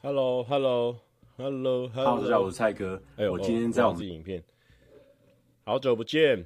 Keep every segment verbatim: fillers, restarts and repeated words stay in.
Hello，Hello，Hello，Hello， Hello， 大家好，我是蔡哥。 哎呦， 我今天在我们、 哦、影片，好久不见，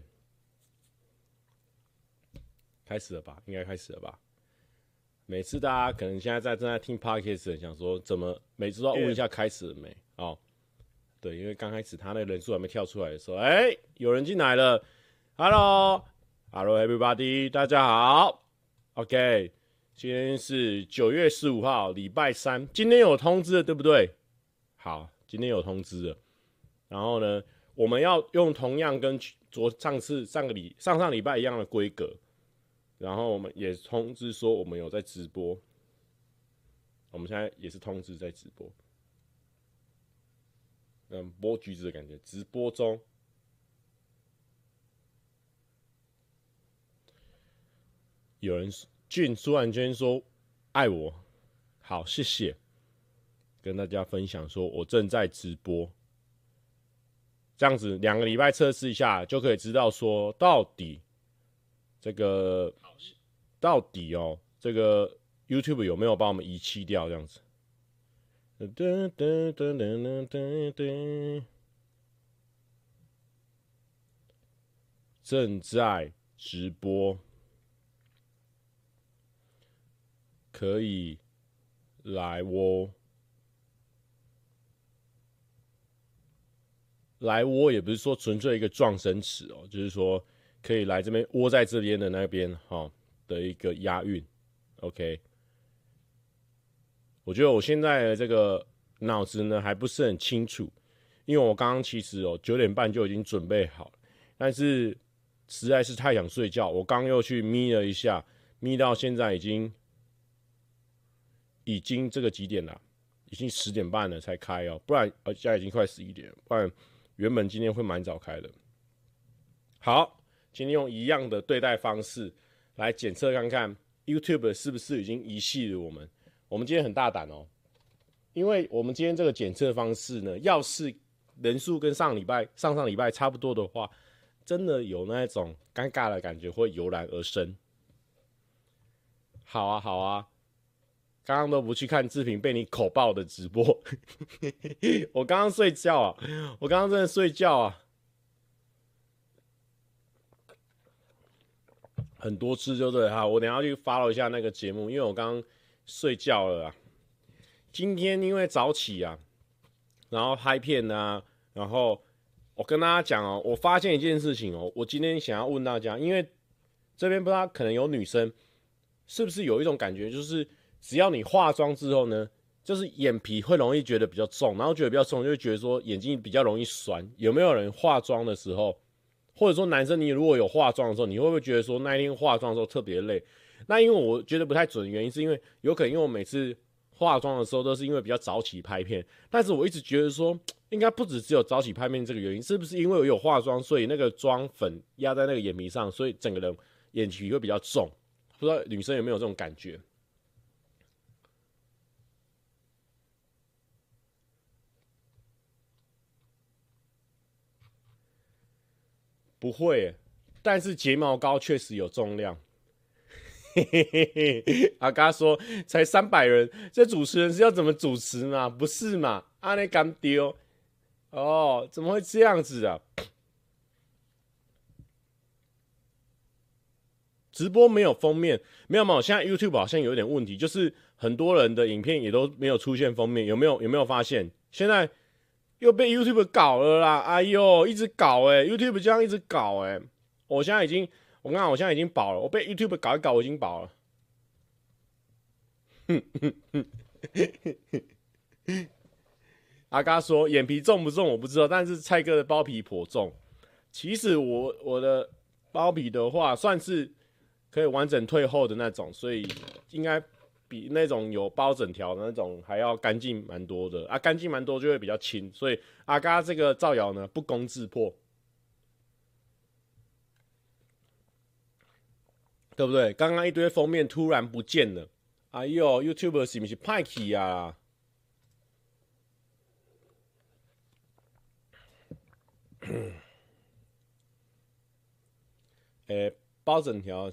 开始了吧？应该开始了吧？每次大家可能现在在正在听 Podcast， 想说怎么每次都要问一下开始了没？哦，对，因为刚开始他那个人数还没跳出来的时候，哎、欸，有人进来了 ，Hello，Hello everybody， 大家好 ，OK。今天是九月十五号，礼拜三。今天有通知了，对不对？好，今天有通知了。然后呢，我们要用同样跟昨上次上个礼上上礼拜一样的规格。然后我们也通知说我们有在直播。我们现在也是通知在直播。嗯，剥橘子的感觉，直播中。有人俊苏婉娟说爱我，好，谢谢。跟大家分享说我正在直播，这样子两个礼拜测试一下就可以知道说到底这个到底哦这个 YouTube 有没有把我们遗弃掉这样子。正在直播，可以来喔。来窝也不是说纯粹一个撞声词哦，就是说可以来这边窝在这边的那边哈、哦、的一个押韵 ，OK。我觉得我现在的这个脑子呢还不是很清楚，因为我刚刚其实哦九点半就已经准备好了，但是实在是太想睡觉，我刚又去眯了一下，眯到现在已经已经这个几点了？已经十点半了才开哦，不然呃现在已经快十一点了，不然。原本今天会蛮早开的。好，今天用一样的对待方式来检测看看 YouTube 是不是已经遗弃了我们。我们今天很大胆哦，因为我们今天这个检测方式呢，要是人数跟上礼拜、上上礼拜差不多的话，真的有那种尴尬的感觉会油然而生。好啊，好啊。刚刚都不去看志平被你口爆的直播，我刚刚睡觉啊，我刚刚真的睡觉啊，很多次就对哈，我等一下去 follow 一下那个节目，因为我刚刚睡觉了啊。今天因为早起啊，然后拍片啊，然后我跟大家讲哦，我发现一件事情哦，我今天想要问大家，因为这边不知道可能有女生，是不是有一种感觉就是。只要你化妆之后呢，就是眼皮会容易觉得比较重，然后觉得比较重，就会觉得说眼睛比较容易酸。有没有人化妆的时候，或者说男生你如果有化妆的时候，你会不会觉得说那一天化妆的时候特别累？那因为我觉得不太准的原因，是因为有可能因为我每次化妆的时候都是因为比较早起拍片，但是我一直觉得说应该不只只有早起拍片这个原因，是不是因为我有化妆，所以那个妆粉压在那个眼皮上，所以整个人眼皮会比较重？不知道女生有没有这种感觉？不会，但是睫毛膏确实有重量。嘿嘿嘿嘿，阿嘎说才三百人，这主持人是要怎么主持嘛？不是嘛？阿内敢丢哦？怎么会这样子啊？直播没有封面，没有没有。现在 YouTube 好像有点问题，就是很多人的影片也都没有出现封面，有没有？有没有发现？现在又被 YouTube 搞了啦！哎呦，一直搞哎、欸、，YouTube 这样一直搞哎、欸，我现在已经，我跟你讲，我现在已经饱了，我被 YouTube 搞一搞，我已经饱了。阿嘎说眼皮重不重我不知道，但是蔡哥的包皮颇重。其实我我的包皮的话，算是可以完整退后的那种，所以应该。比那种有包整条的那种还要干净蛮多的啊，干净蛮多就会比较轻，所以阿嘎这个造谣呢不攻自破，对不对？刚刚一堆封面突然不见了，哎呦 ，YouTube 是不是派去啊？诶，包整条。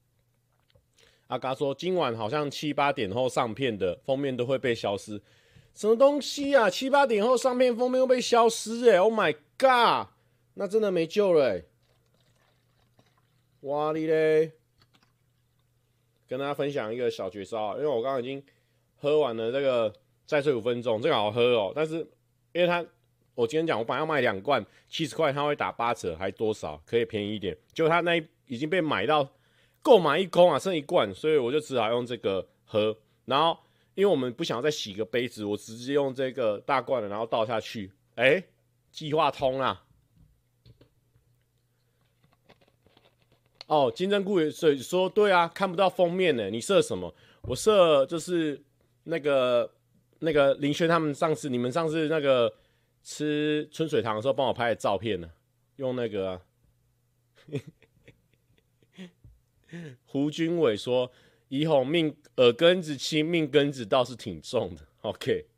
阿嘎说，今晚好像七八点后上片的封面都会被消失。 什么东西啊？七八点后上片封面会被消失哎、欸、！Oh my god， 那真的没救了哎、欸！哇哩嘞！跟大家分享一个小绝招，因为我刚刚已经喝完了这个再睡五分钟，这个好喝哦。但是因为它，我今天讲我本来要卖两罐七十块，它会打八折，还多少可以便宜一点？结果它那一已经被买到购买一空啊，剩一罐，所以我就只好用这个喝。然后因为我们不想要再洗个杯子，我直接用这个大罐的，然后倒下去。哎、欸，计划通啦！哦，金针菇也所以说对啊，看不到封面呢。你设什么？我设就是那个那个林轩他们上次你们上次那个吃春水堂的时候帮我拍的照片呢，用那个、啊、胡军伟说以后命耳根子轻，命根子倒是挺重的。OK，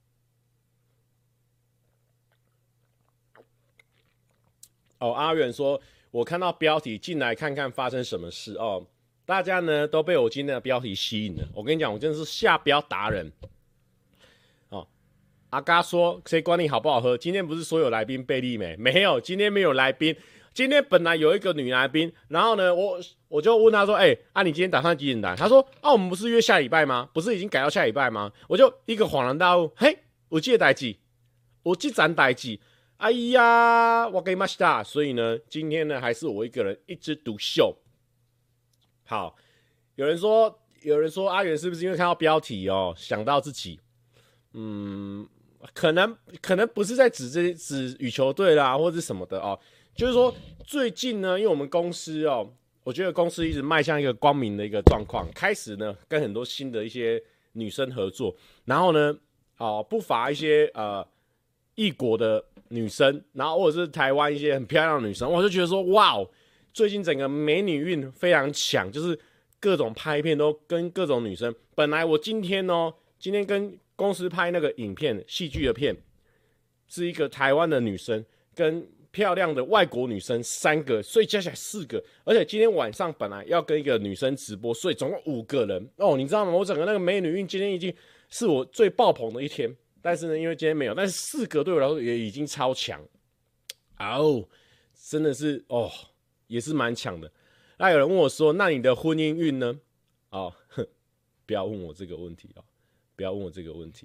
哦，阿远说。我看到标题进来看看发生什么事哦，大家呢都被我今天的标题吸引了。我跟你讲，我真的是下标达人哦。阿嘎说谁管你好不好喝？今天不是所有来宾贝利美没有，今天没有来宾。今天本来有一个女来宾，然后呢，我我就问她说：“哎、欸，啊，你今天打算几点来？”她说：“啊，我们不是约下礼拜吗？不是已经改到下礼拜吗？”我就一个恍然大悟，嘿，我记得代志，我这站代志。哎呀，我给马西达，所以呢，今天呢还是我一个人一枝独秀。好，有人说，有人说阿元是不是因为看到标题哦，想到自己？嗯，可能可能不是在指这指羽球队啦，或者什么的哦。就是说，最近呢，因为我们公司哦，我觉得公司一直迈向一个光明的一个状况，开始呢跟很多新的一些女生合作，然后呢，哦，不乏一些呃异国的。女生，然后或者是台湾一些很漂亮的女生，我就觉得说，哇哦，最近整个美女运非常强，就是各种拍片都跟各种女生。本来我今天哦，今天跟公司拍那个影片，戏剧的片，是一个台湾的女生跟漂亮的外国女生三个，所以加起来四个。而且今天晚上本来要跟一个女生直播，所以总共五个人哦，你知道吗？我整个那个美女运今天已经是我最爆棚的一天。但是呢，因为今天没有，但是四个对我来说也已经超强，哦，真的是哦，也是蛮强的。那有人问我说：“那你的婚姻运呢？”哦，不要问我这个问题哦，不要问我这个问题。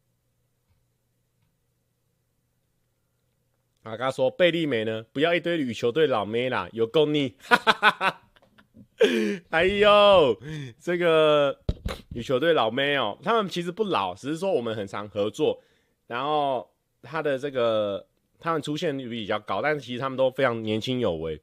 阿嘎说：“贝利美呢？不要一堆羽球队老妹啦，有够腻。”哈哈哈哈。哎呦，这个羽球队老妹哦，他们其实不老，只是说我们很常合作，然后他的这个他们出现率比较高，但是其实他们都非常年轻有为。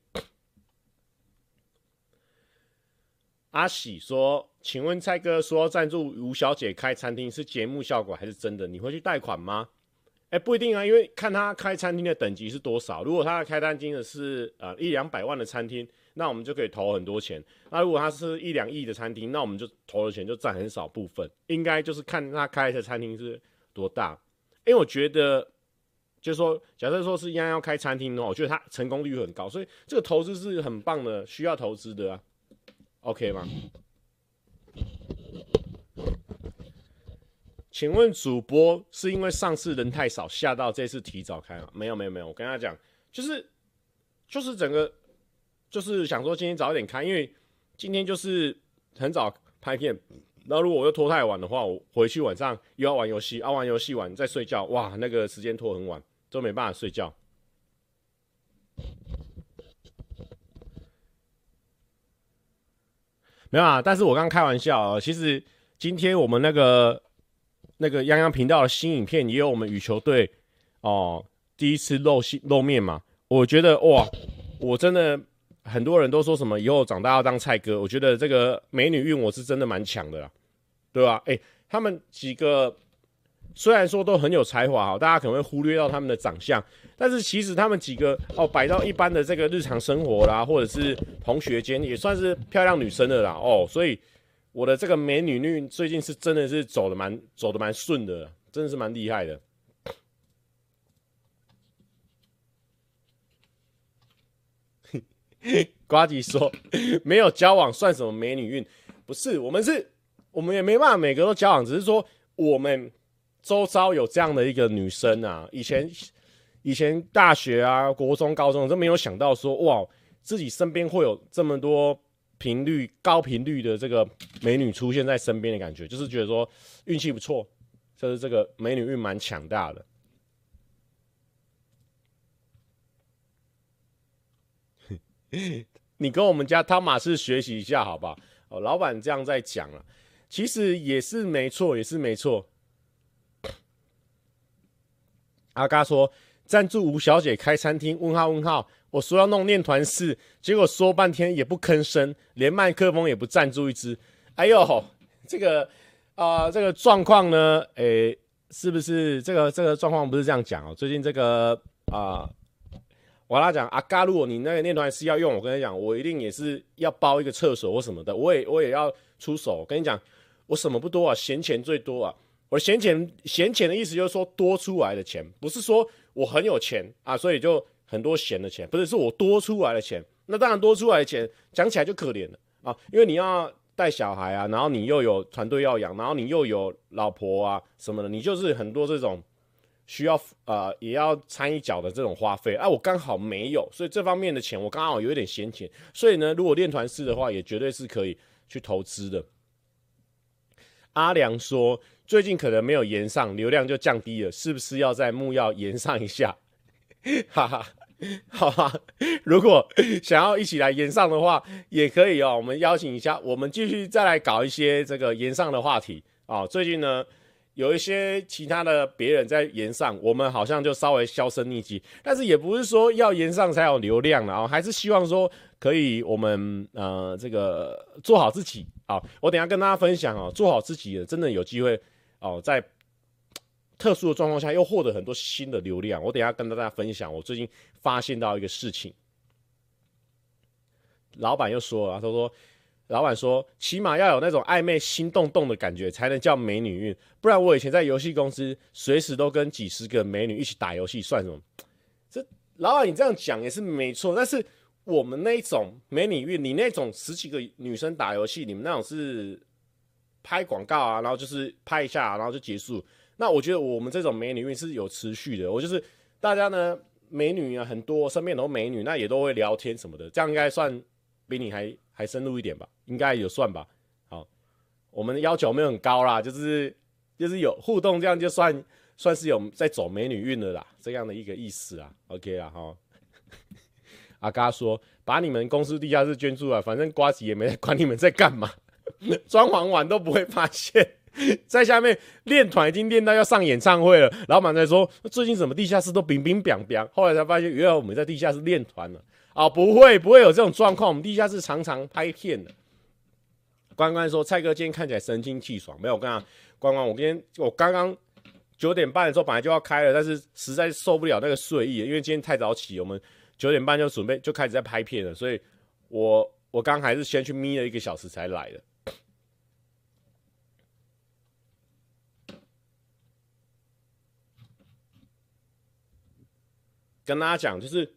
阿喜说：“请问蔡哥说赞助吴小姐开餐厅是节目效果还是真的？你会去贷款吗？”哎、欸，不一定啊，因为看他开餐厅的等级是多少。如果他的开单金的是呃一两百万的餐厅，那我们就可以投很多钱。那如果他是一两亿的餐厅，那我们就投的钱就占很少部分。应该就是看他开的餐厅是多大。因为我觉得，就是说，假设说是一样要开餐厅的话，我觉得他成功率很高，所以这个投资是很棒的，需要投资的啊。OK 吗？请问主播是因为上次人太少吓到这次提早开吗？没有没有没有，我跟他讲，就是就是整个就是想说今天早一点开，因为今天就是很早拍片，然后如果我又拖太晚的话，我回去晚上又要玩游戏，啊玩游戏完再睡觉，哇，那个时间拖很晚，都没办法睡觉。没有啊，但是我刚开玩笑啊，其实今天我们那个。那个泱泱频道的新影片也有我们羽球队哦，第一次露露面嘛。我觉得哇，我真的很多人都说什么以后长大要当蔡哥，我觉得这个美女运我是真的蛮强的啦，对吧？哎、欸，他们几个虽然说都很有才华，大家可能会忽略到他们的长相，但是其实他们几个哦摆到一般的这个日常生活啦，或者是同学间也算是漂亮女生的啦哦，所以。我的这个美女运最近是真的是走的蛮走的蛮顺的，真的是蛮厉害的。瓜吉说没有交往算什么美女运？不是，我们是，我们也没办法每个都交往，只是说我们周遭有这样的一个女生啊，以前以前大学啊、国中、高中都没有想到说，哇，自己身边会有这么多频率、高频率的这个美女出现在身边的感觉，就是觉得说运气不错，就是这个美女运蛮强大的。你跟我们家汤马士学习一下，好不好？哦，老板这样在讲了，其实也是没错，也是没错。阿嘎说赞助吴小姐开餐厅，问号问号。我说要弄练团式，结果说半天也不吭声，连麦克风也不赞助一支。哎呦，这个啊、呃，这个状况呢，诶，是不是这个这个状况不是这样讲哦？最近这个啊、呃，我跟他讲，阿嘎，如果你那个练团式要用，我跟你讲，我一定也是要包一个厕所或什么的，我也我也要出手。我跟你讲，我什么不多啊，闲钱最多啊。我闲钱闲钱的意思就是说多出来的钱，不是说我很有钱啊，所以就很多闲的钱，不是，是我多出来的钱。那当然多出来的钱讲起来就可怜了啊，因为你要带小孩啊，然后你又有团队要养，然后你又有老婆啊什么的，你就是很多这种需要呃也要掺一脚的这种花费啊。我刚好没有，所以这方面的钱我刚好有一点闲钱，所以呢，如果练团式的话，也绝对是可以去投资的。阿良说，最近可能没有延上，流量就降低了，是不是要在木曜延上一下？哈哈，好吧，如果想要一起来延上的话，也可以哦。我们邀请一下，我们继续再来搞一些这个延上的话题啊、哦。最近呢，有一些其他的别人在延上，我们好像就稍微销声匿迹，但是也不是说要延上才有流量了啊、哦，还是希望说可以我们呃这个做好自己啊、哦。我等一下跟大家分享哦，做好自己真的有机会哦，在特殊的状况下又获得很多新的流量。我等一下跟大家分享，我最近发现到一个事情。老板又说了，他说，老板说，起码要有那种暧昧心动动的感觉，才能叫美女运。不然我以前在游戏公司，随时都跟几十个美女一起打游戏，算什么？这老板你这样讲也是没错，但是我们那一种美女运，你那种十几个女生打游戏，你们那种是拍广告啊，然后就是拍一下，然后就结束。那我觉得我们这种美女运是有持续的，我就是大家呢美女啊很多，身边很多美女，那也都会聊天什么的，这样应该算比你还还深入一点吧，应该有算吧。好，我们的要求没有很高啦，就是就是有互动，这样就算算是有在走美女运了啦，这样的一个意思啊。OK 啦，哈。阿嘎说，把你们公司地下室捐出来，反正呱吉也没在管你们在干嘛，装潢完都不会发现。在下面练团已经练到要上演唱会了，老板在说最近怎么地下室都冰冰冰冰，后来才发现原来我们在地下室练团了啊、哦！不会不会有这种状况，我们地下室常常拍片的。关关说蔡哥今天看起来神清气爽，没有我跟他关关，我今天我刚刚九点半的时候本来就要开了，但是实在受不了那个睡意，因为今天太早起，我们九点半就准备就开始在拍片了，所以我我刚还是先去眯了一个小时才来的。跟大家讲，就是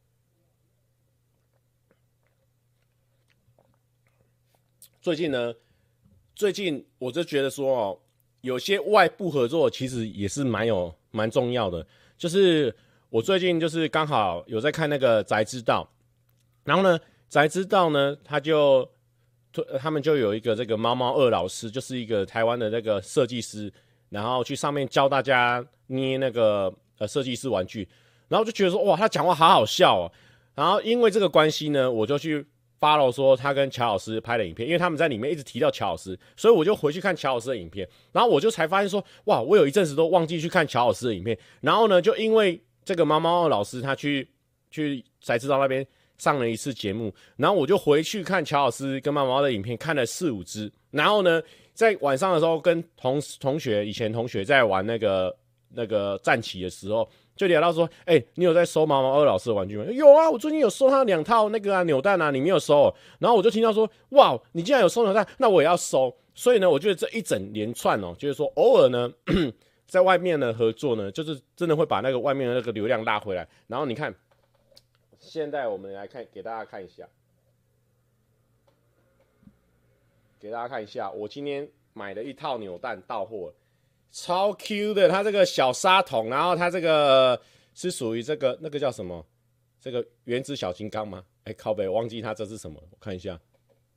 最近呢，最近我就觉得说哦，有些外部合作其实也是蛮有蛮重要的。就是我最近就是刚好有在看那个宅之道，然后呢，宅之道呢，他就他们就有一个这个猫猫二老师，就是一个台湾的那个设计师，然后去上面教大家捏那个呃设计师玩具。然后就觉得说哇，他讲话好好笑哦。然后因为这个关系呢，我就去 follow 说他跟乔老师拍的影片，因为他们在里面一直提到乔老师，所以我就回去看乔老师的影片。然后我就才发现说，哇，我有一阵子都忘记去看乔老师的影片。然后呢，就因为这个猫猫老师他去去才知道那边上了一次节目，然后我就回去看乔老师跟猫猫的影片，看了四五支。然后呢，在晚上的时候跟同同学以前同学在玩那个那个战棋的时候。就聊到说，哎、欸，你有在收毛毛二老师的玩具吗？有啊，我最近有收他两套那个啊扭蛋啊，你没有收、哦。然后我就听到说，哇，你竟然有收扭蛋，那我也要收。所以呢，我觉得这一整连串哦，就是说偶尔呢，在外面的合作呢，就是真的会把那个外面的那个流量拉回来。然后你看，现在我们来看，给大家看一下，给大家看一下，我今天买了一套扭蛋到货， 超 Q 的，它这个小沙桶，然后它这个是属于这个那个叫什么？这个原子小金刚吗？哎、欸，靠北，忘记它这是什么，我看一下。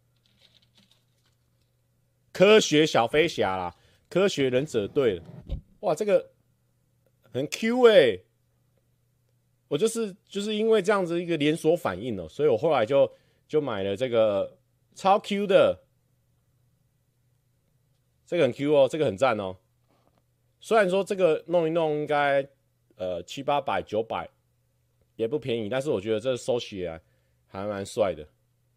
科学小飞侠啦，科学忍者队，哇，这个很 Q 哎、欸！我就是就是因为这样子一个连锁反应哦、喔，所以我后来就就买了这个超 Q 的，这个很 Q 哦、喔，这个很赞哦、喔。虽然说这个弄一弄应该呃七八百九百也不便宜，但是我觉得这收起来还蛮帅的。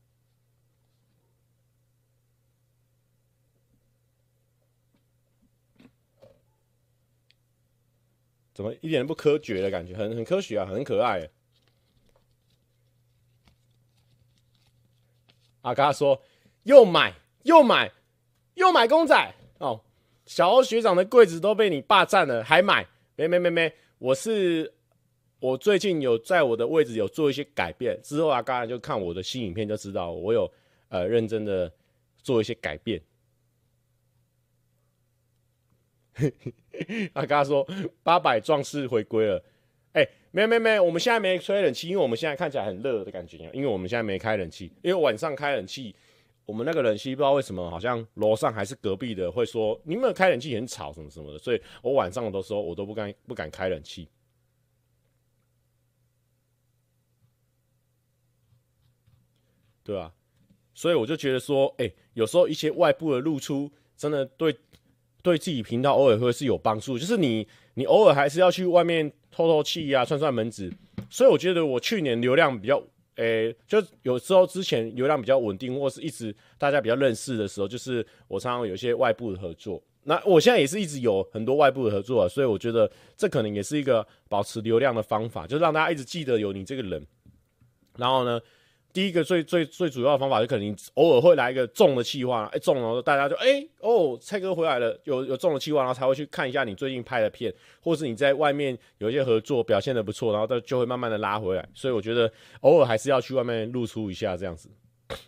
怎么一点都不科学的感觉？很很科学啊，很可爱。阿嘎说又买又买又买公仔哦，小欧学长的柜子都被你霸占了，还买？没没没没，我是我最近有在我的位置有做一些改变，之后阿嘎就看我的新影片就知道我有呃认真的做一些改变。阿嘎说八百壮士回归了，哎、欸，没没没，我们现在没吹冷气，因为我们现在看起来很热的感觉，因为我们现在没开冷气，因为晚上开冷气，我们那个冷气不知道为什么好像楼上还是隔壁的会说你们开冷气很吵什么什么的，所以我晚上的时候我都不敢不敢开冷气，对啊，所以我就觉得说，哎、欸，有时候一些外部的露出真的对。对自己频道偶尔会是有帮助，就是你你偶尔还是要去外面透透气啊，串串门子。所以我觉得我去年流量比较，诶、欸，就有时候之前流量比较稳定，或是一直大家比较认识的时候，就是我常常有一些外部的合作。那我现在也是一直有很多外部的合作啊，所以我觉得这可能也是一个保持流量的方法，就是让大家一直记得有你这个人。然后呢？第一个最最最主要的方法，就可能你偶尔会来一个重的企划，哎中了，大家就哎、欸、哦，蔡哥回来了，有有中的企划，然后才会去看一下你最近拍的片，或是你在外面有一些合作表现的不错，然后就会慢慢的拉回来。所以我觉得偶尔还是要去外面露出一下这样子。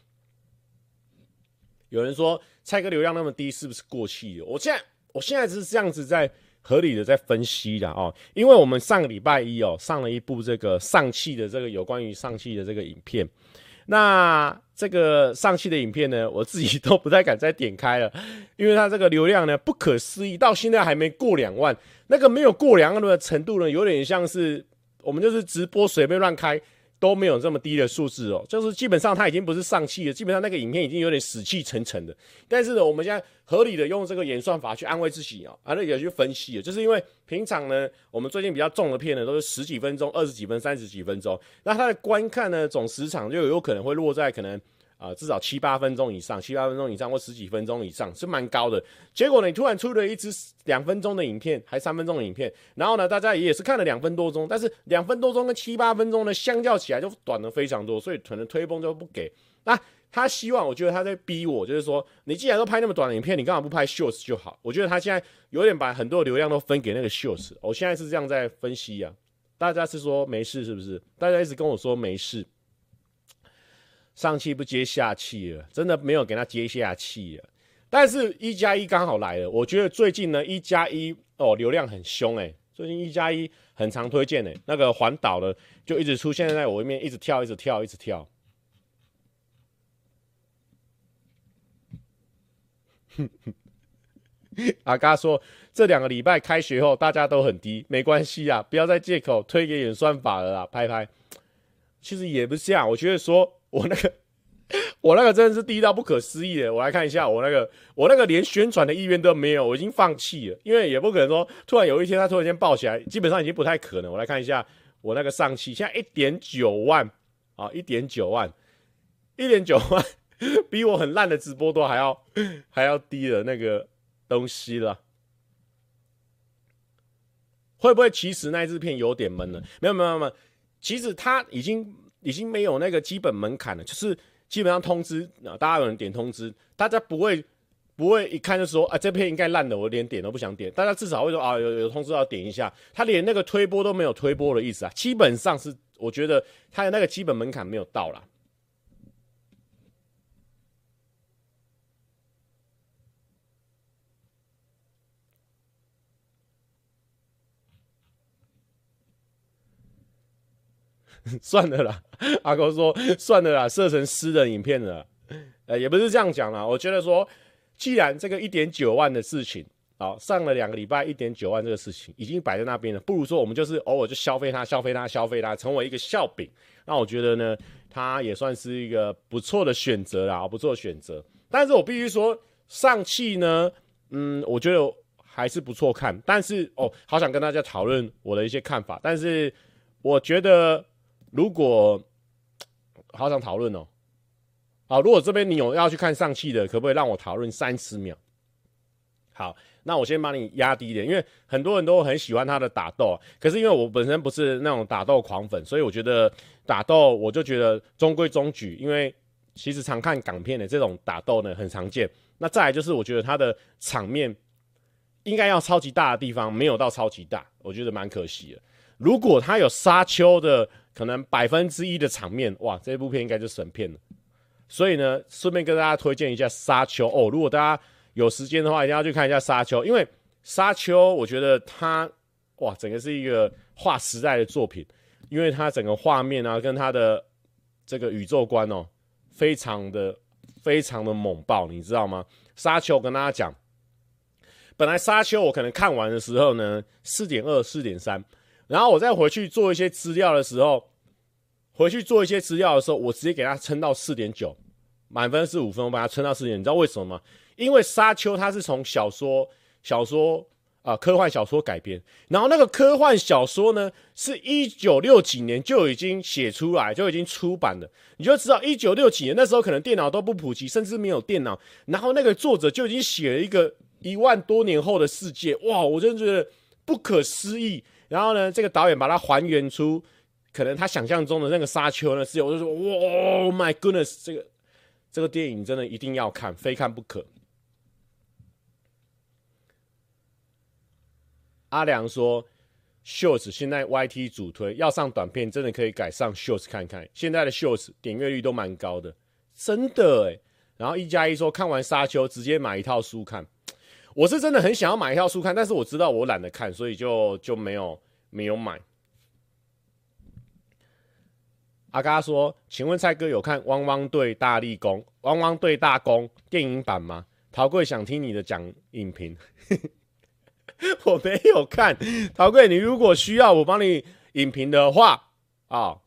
有人说蔡哥流量那么低，是不是过气了？我现在我现在是这样子在合理的在分析的哦，因为我们上个礼拜一哦上了一部这个上汽的这个有关于上汽的这个影片。那这个上期的影片呢，我自己都不太敢再点开了，因为它这个流量呢不可思议，到现在还没过两万。那个没有过两万的程度呢，有点像是我们就是直播随便乱开都没有这么低的数字哦，就是基本上它已经不是上气了，基本上那个影片已经有点死气沉沉的。但是呢，我们现在合理的用这个演算法去安慰自己哦，啊，那也去分析了，就是因为平常呢，我们最近比较重的片呢都是十几分钟、二十几分、三十几分钟，那它的观看呢总时长就有可能会落在可能。啊、呃，至少七八分钟以上，七八分钟以上或十几分钟以上是蛮高的。结果呢，你突然出了一支两分钟的影片，还三分钟的影片，然后呢，大家也是看了两分多钟，但是两分多钟跟七八分钟呢，相较起来就短了非常多，所以可能推崩就不给。那他希望，我觉得他在逼我，就是说，你既然都拍那么短的影片，你干嘛不拍 shorts 就好？我觉得他现在有点把很多流量都分给那个 shorts。我现在是这样在分析啊，大家是说没事是不是？大家一直跟我说没事。上气不接下气了，真的没有给他接下气了。但是一加一刚好来了，我觉得最近呢一加一哦流量很凶哎、欸，最近一加一很常推荐哎、欸，那个环岛的就一直出现在我面，一直跳，一直跳，一直跳。阿嘎说这两个礼拜开学后大家都很低，没关系啊，不要再借口推给演算法了啦，拍拍。其实也不是这样，我觉得说。我那个，我那个真的是低到不可思议的。我来看一下，我那个，我那个连宣传的意愿都没有，我已经放弃了，因为也不可能说突然有一天他突然间爆起来，基本上已经不太可能。我来看一下我那个上期，现在一点九万啊，一点九万，一点九万，比我很烂的直播都还要还要低的那个东西了。会不会其实那一支片有点闷了？没有没有没有，其实他已经。已经没有那个基本门槛了，就是基本上通知啊，大家有人点通知，大家不会不会一看就说啊这片应该烂的，我连点都不想点，大家至少会说啊有有通知要点一下，他连那个推播都没有推播的意思啊，基本上是我觉得他的那个基本门槛没有到啦。 算了啦，阿狗说算了啦，设成私人影片了。呃，也不是这样讲啦，我觉得说，既然这个 一点九万的事情，好上了两个礼拜 一点九万这个事情已经摆在那边了，不如说我们就是偶尔就消费它，消费它，消费它，成为一个笑柄。那我觉得呢，它也算是一个不错的选择啦，不错的选择。但是我必须说，上汽呢，嗯，我觉得还是不错看。但是哦，好想跟大家讨论我的一些看法。但是我觉得，如果好想讨论哦。好，如果这边你有要去看上汽的，可不可以让我讨论三十秒？好，那我先把你压低一点，因为很多人都很喜欢他的打斗，可是因为我本身不是那种打斗狂粉，所以我觉得打斗我就觉得中规中矩，因为其实常看港片的这种打斗呢很常见。那再来就是我觉得他的场面应该要超级大的地方没有到超级大，我觉得蛮可惜的。如果他有沙丘的可能百分之一的场面，哇，这部片应该就神片了。所以呢，顺便跟大家推荐一下《沙丘》哦。如果大家有时间的话，一定要去看一下《沙丘》，因为《沙丘》我觉得它哇，整个是一个划时代的作品，因为它整个画面啊，跟它的这个宇宙观哦，非常的非常的猛爆，你知道吗？《沙丘》跟大家讲，本来《沙丘》我可能看完的时候呢， 四点二、四点三，然后我再回去做一些资料的时候。回去做一些资料的时候，我直接给它撑到 四点九， 满分是五分，我把它撑到四点九。你知道为什么吗？因为沙丘它是从小说小说啊、呃、科幻小说改编，然后那个科幻小说呢是一九六几年就已经写出来，就已经出版了。你就知道一九六几年那时候可能电脑都不普及，甚至没有电脑，然后那个作者就已经写了一个一万多年后的世界，哇，我真的觉得不可思议。然后呢，这个导演把它还原出。可能他想象中的那个沙丘呢，是我就说，哇 ，Oh my goodness， 这个这个电影真的一定要看，非看不可。阿良说 ，Shorts 现在 Y T 主推，要上短片真的可以改上 Shorts 看看，现在的 Shorts 点阅率都蛮高的，真的哎。然后一加一说，看完沙丘直接买一套书看，我是真的很想要买一套书看，但是我知道我懒得看，所以就就没有没有买。阿嘎说：“请问蔡哥有看《汪汪队大立功》《汪汪队大功》电影版吗？”陶贵想听你的讲影评，我没有看。陶贵，你如果需要我帮你影评的话，啊，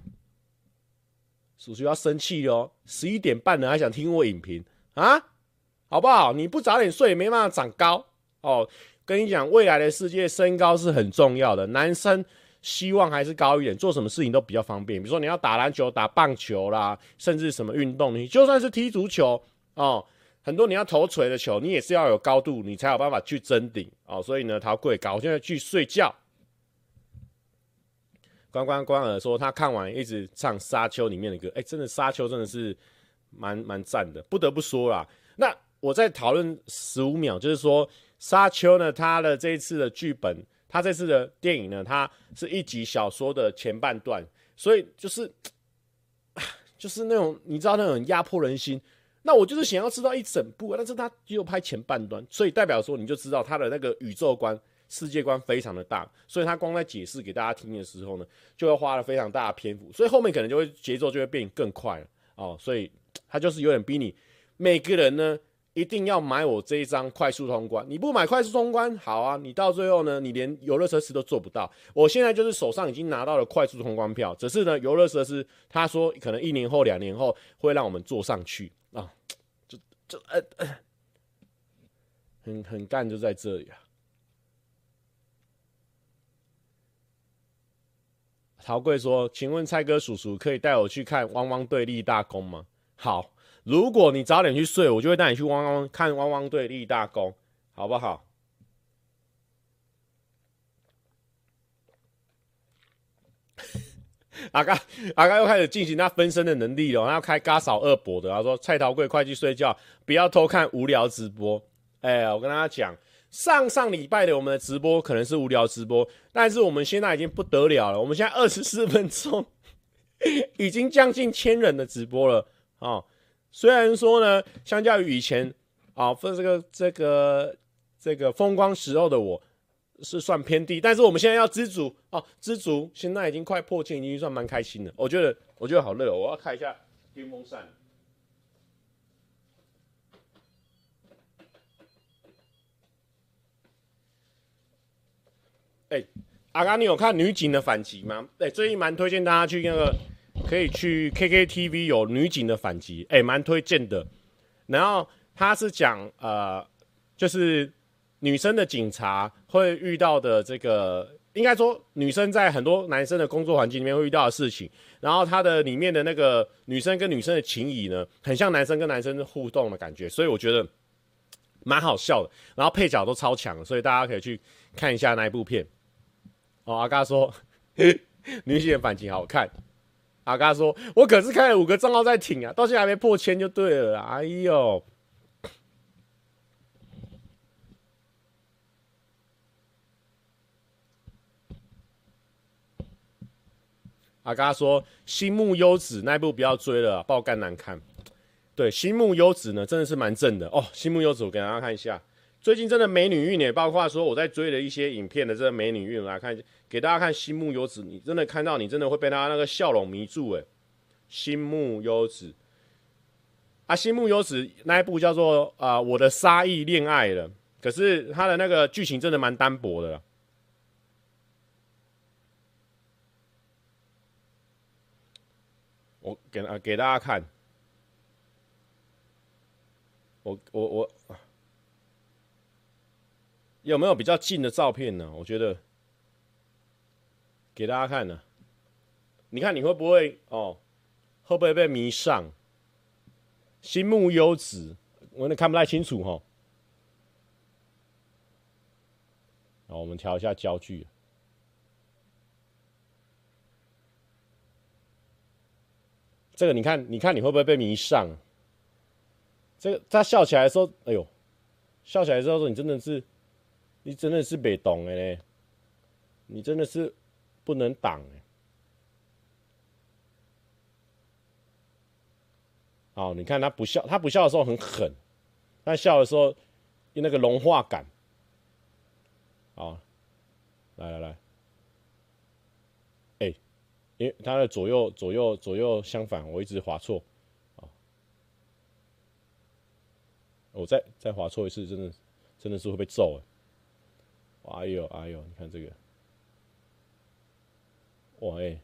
叔叔要生气哦！十一点半了还想听我影评啊？好不好？你不早点睡，没办法长高哦。跟你讲，未来的世界身高是很重要的，男生。希望还是高一点，做什么事情都比较方便。比如说你要打篮球、打棒球啦，甚至什么运动，你就算是踢足球哦，很多你要头锤的球，你也是要有高度，你才有办法去争顶哦。所以呢，陶贵搞现在去睡觉。关关关尔说他看完一直唱《沙丘》里面的歌，哎，真的《沙丘》真的是蛮蛮赞的，不得不说啦。那我再讨论十五秒，就是说《沙丘》呢，它的这一次的剧本。他这次的电影呢，它是一集小说的前半段，所以就是就是那种你知道那种压迫人心。那我就是想要知道一整部，但是他只有拍前半段，所以代表说你就知道他的那个宇宙观、世界观非常的大，所以他光在解释给大家听的时候呢，就会花了非常大的篇幅，所以后面可能就会节奏就会变更快了哦，所以他就是有点逼你每个人呢。一定要买我这一张快速通关，你不买快速通关，好啊，你到最后呢，你连游乐设施都做不到。我现在就是手上已经拿到了快速通关票，只是呢，游乐设施他说可能一年后、两年后会让我们坐上去啊，就就呃呃，很很干就在这里啊。陶贵说：“请问蔡哥叔叔可以带我去看汪汪队立大功吗？”好。如果你早点去睡，我就会带你去汪汪看汪汪队立大功，好不好？阿嘎阿嘎又开始进行他分身的能力了，他要开嘎扫二博的。他说：“蔡桃贵快去睡觉，不要偷看无聊直播。”哎，我跟大家讲，上上礼拜的我们的直播可能是无聊直播，但是我们现在已经不得了了，我们现在二十四分钟，已经将近千人的直播了哦。虽然说呢，相较于以前啊，这个这个这个风光时候的我， 是算偏低，但是我们现在要知足哦，知足现在已经快破千，已经算蛮开心了。我觉得我觉得好热、哦，我要开一下电风扇。哎、欸，阿刚，你有看女警的反击吗？哎、欸，最近蛮推荐大家去那个，可以去 K K T V 有女警的反击，哎、欸，蛮推荐的。然后他是讲呃，就是女生的警察会遇到的这个，应该说女生在很多男生的工作环境里面会遇到的事情。然后他的里面的那个女生跟女生的情谊呢，很像男生跟男生互动的感觉，所以我觉得蛮好笑的。然后配角都超强，所以大家可以去看一下那一部片。哦，阿嘎说女性的反击好看。阿嘎说：“我可是开了五个账号在挺啊，到现在还没破千就对了啦。”哎呦，阿嘎说：“新木优子那一部不要追了啊，爆肝难看。”对，新木优子呢真的是蛮正的哦。新木优子我给大家看一下，最近真的美女运也包括说我在追的一些影片的这个美女运，我来看给大家看新木优子，你真的看到你真的会被她那个笑容迷住哎。新木优子啊，新木优子那一部叫做啊、呃、我的杀意恋爱了，可是他的那个剧情真的蛮单薄的啦。我给啊给大家看，我我我有没有比较近的照片呢？我觉得给大家看呢，你看你会不会哦？会不会被迷上？新木优子，我有点看不太清楚哈。好，我们调一下焦距。这个你看，你看你会不会被迷上？这个他笑起来的时候，哎呦，笑起来的时候，你真的是，你真的是被动的嘞，你真的是不能挡哎。好，你看他不笑，他不笑的时候很狠，但笑的时候有那个融化感。好，来来来，哎、欸，因为他的左右左右左右相反，我一直滑错，啊，我再再滑错一次，真的真的是会被揍哎！哎呦哎呦，你看这个，哇哎、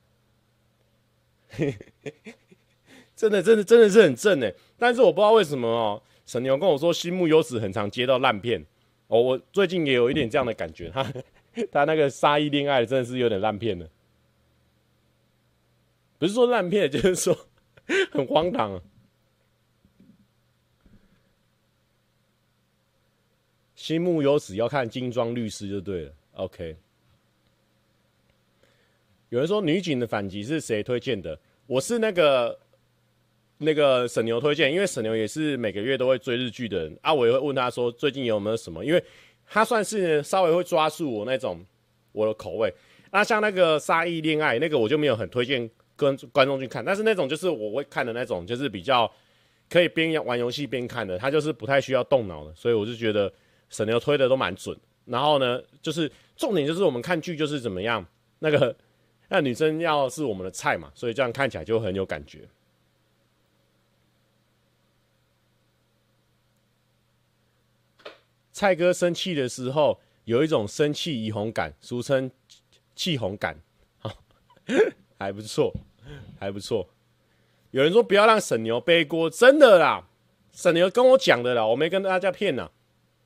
欸，真的真的真的是很正哎，但是我不知道为什么哦，沈牛跟我说新木优子很常接到烂片哦，我最近也有一点这样的感觉，他他那个杀意恋爱真的是有点烂片了，不是说烂片，就是说很荒唐啊。新木优子要看精装律师就对了 ，OK。有人说女警的反击是谁推荐的？我是那个那个沈牛推荐，因为沈牛也是每个月都会追日剧的人啊，我也会问他说最近有没有什么，因为他算是稍微会抓住我那种我的口味。那像那个杀意恋爱那个我就没有很推荐跟观众去看，但是那种就是我会看的那种，就是比较可以边玩游戏边看的，他就是不太需要动脑的，所以我就觉得沈牛推的都蛮准。然后呢，就是重点就是我们看剧就是怎么样，那个那女生要是我们的菜嘛，所以这样看起来就很有感觉。蔡哥生气的时候有一种生气怡红感，俗称气红感，还不错，还不错。有人说不要让沈牛背锅，真的啦，沈牛跟我讲的啦，我没跟大家骗啦。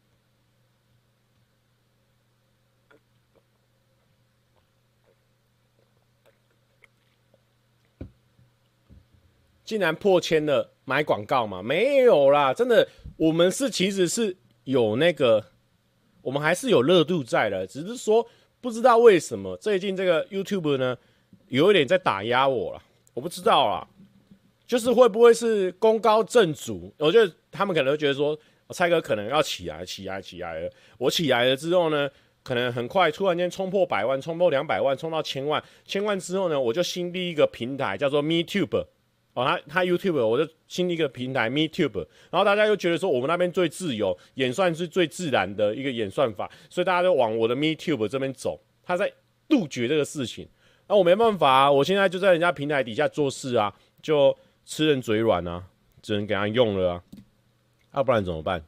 竟然破千了，买广告吗？没有啦，真的，我们是其实是有那个，我们还是有热度在的，只是说不知道为什么最近这个 YouTube 呢，有一点在打压我了，我不知道啦，就是会不会是功高震主？我觉得他们可能会觉得说，蔡哥可能要起来，起来，起来了。我起来了之后呢，可能很快突然间冲破百万，冲破两百万，冲到千万，千万之后呢，我就新立一个平台叫做 MeTube。 哦，他他 YouTube 我就新一个平台 MeTube， 然后大家又觉得说我们那边最自由，演算是最自然的一个演算法，所以大家就往我的 MeTube 这边走，他在杜绝这个事情。那、啊、我没办法啊，我现在就在人家平台底下做事啊，就吃人嘴软啊，只能给他用了啊，要、啊、不然怎么办？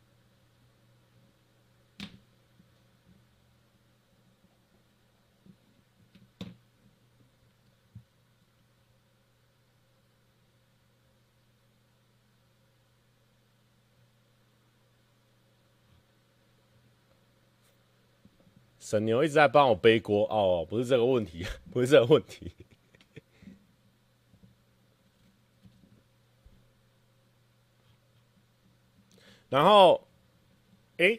沈牛一直在帮我背锅哦，不是这个问题，不是这个问题。然后，哎，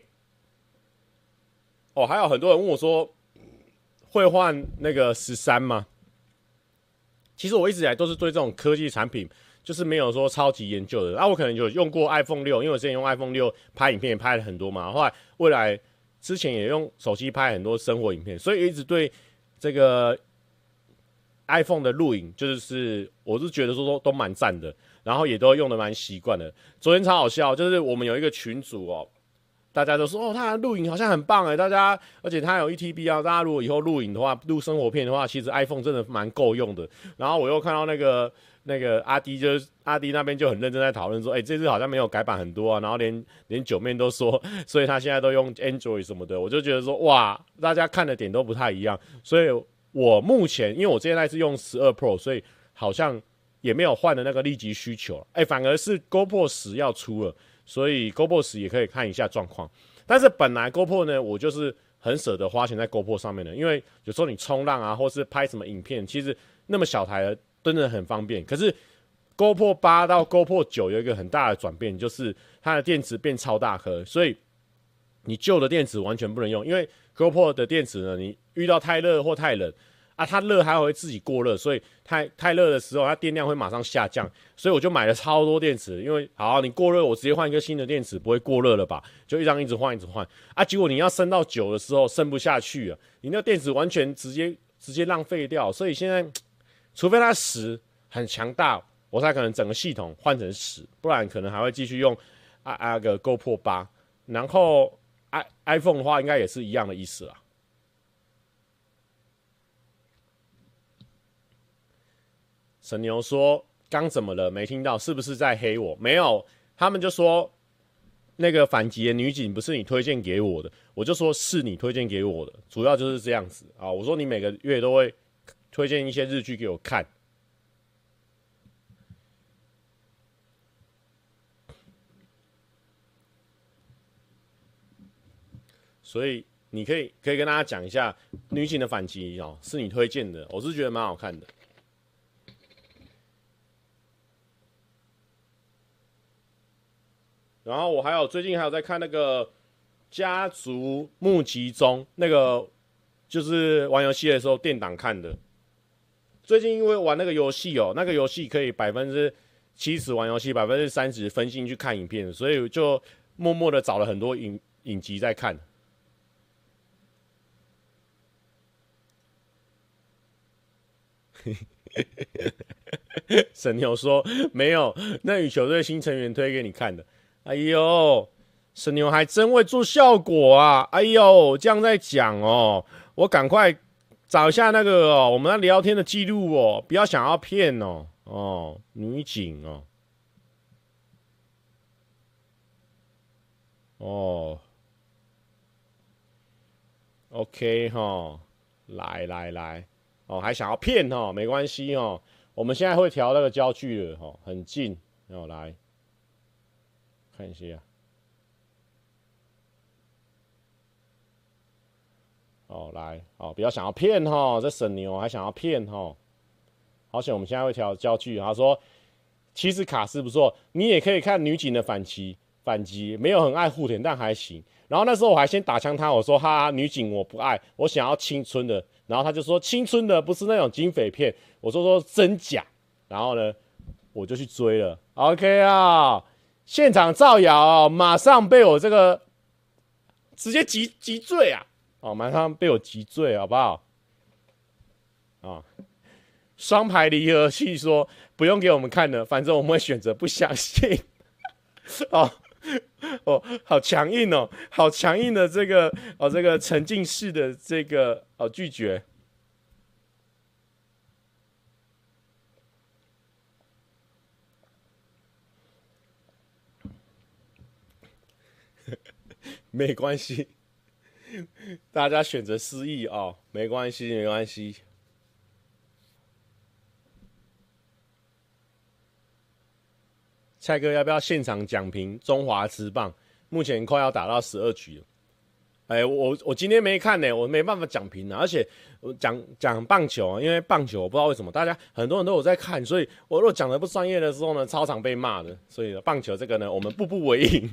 哦，还有很多人问我说，会换那个十三吗？其实我一直以来都是对这种科技产品，就是没有说超级研究的。啊，我可能有用过 iPhone 六，因为我之前用 iPhone 六拍影片也拍了很多嘛。后来未来之前也用手机拍很多生活影片，所以一直对这个 iPhone 的录影，就是我是觉得说都都蛮赞的，然后也都用的蛮习惯的。昨天超好笑，就是我们有一个群组哦。大家都说哦，他录影好像很棒哎，大家，而且他有一 T B 啊，大家如果以后录影的话，录生活片的话，其实 iPhone 真的蛮够用的。然后我又看到那个那个阿迪，就是阿迪那边就很认真在讨论说，哎、欸，这次好像没有改版很多啊，然后连连九面都说，所以他现在都用 Android 什么的，我就觉得说哇，大家看的点都不太一样。所以我目前因为我之前那是用十二 Pro， 所以好像也没有换的那个立即需求，哎、欸，反而是 GoPro 十要出了。所以 GoPro 十也可以看一下状况，但是本来 GoPro 呢，我就是很舍得花钱在 GoPro 上面的，因为有时候你冲浪啊，或是拍什么影片，其实那么小台的真的很方便。可是 GoPro 八到 GoPro 九有一个很大的转变，就是它的电池变超大颗，所以你旧的电池完全不能用，因为 GoPro 的电池呢，你遇到太热或太冷。啊，它热还会自己过热，所以太太热的时候，它电量会马上下降，所以我就买了超多电池。因为好，你过热，我直接换一个新的电池，不会过热了吧？就一张一直换，一直换啊。结果你要升到九的时候，升不下去了，你那个电池完全直接直接浪费掉。所以现在，除非它十很强大，我才可能整个系统换成十，不然可能还会继续用啊啊个 GoPro 八，然后 i iPhone 的话，应该也是一样的意思啦。沈牛说：“刚怎么了？没听到，是不是在黑我？没有，他们就说那个反击的女警不是你推荐给我的，我就说是你推荐给我的，主要就是这样子啊。我说你每个月都会推荐一些日剧给我看，所以你可以可以跟大家讲一下女警的反击哦，是你推荐的，我是觉得蛮好看的。”然后我还有最近还有在看那个家族募集中，那个就是玩游戏的时候电档看的。最近因为玩那个游戏哦，那个游戏可以百分之七十玩游戏，百分之三十分心去看影片，所以就默默的找了很多影影集在看。沈牛说没有，那羽球队新成员推给你看的。哎呦，沈牛还真会做效果啊！哎呦，这样在讲哦，我赶快找一下那个哦，我们那聊天的记录哦，不要想要骗哦哦，女警哦，哦 ，OK 哈，来来来，哦，还想要骗哦，没关系哦，我们现在会调那个焦距了哦，很近，哦，来看一下。哦，来，哦，不要想要骗哈，这沈牛还想要骗哈，好险我们现在会调焦距。他说，其实卡斯不错，你也可以看女警的反击，反击没有很爱护田，但还行。然后那时候我还先打枪他，我说哈，女警我不爱，我想要青春的。然后他就说青春的不是那种警匪片，我说说真假。然后呢，我就去追了。OK 啊，现场造谣、哦，马上被我这个直接击击坠啊！哦，马上被我击坠，好不好？啊、哦，双排离合器说不用给我们看了，反正我们会选择不相信。哦哦，好强硬哦，好强硬的这个哦，这个沉浸式的这个哦拒绝。没关系，大家选择失忆哦，没关系，没关系。蔡哥要不要现场讲评中华职棒？目前快要打到十二局了。哎、欸，我我今天没看呢、欸，我没办法讲评啊。而且我讲讲棒球，因为棒球我不知道为什么大家很多人都有在看，所以我如果讲的不专业的时候呢，超常被骂的。所以棒球这个呢，我们步步为营。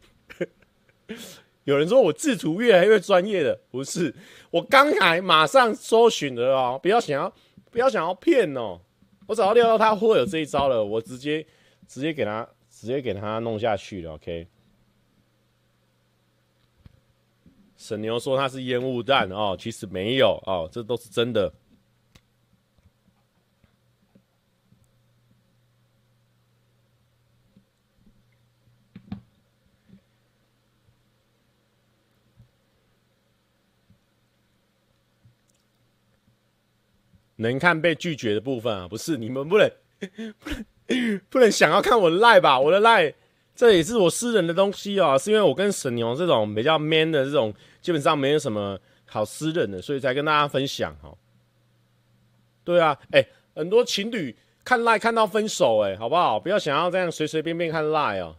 有人说我制图越来越专业的，不是，我刚才马上搜寻的哦，不要想要不要想要骗哦，我早就料到他会有这一招了，我直接直接给他直接给他弄下去了 ，OK。沈牛说他是烟雾弹哦，其实没有哦，这都是真的。能看被拒绝的部分啊，不是你们不能不能不能想要看我的 line 吧？我的 line 这也是我私人的东西啊，是因为我跟沈牛这种比较 man 的这种，基本上没有什么好私人的，所以才跟大家分享哈。对啊，哎、欸，很多情侣看 line 看到分手、欸，哎，好不好？不要想要这样随随便便看 line 哦。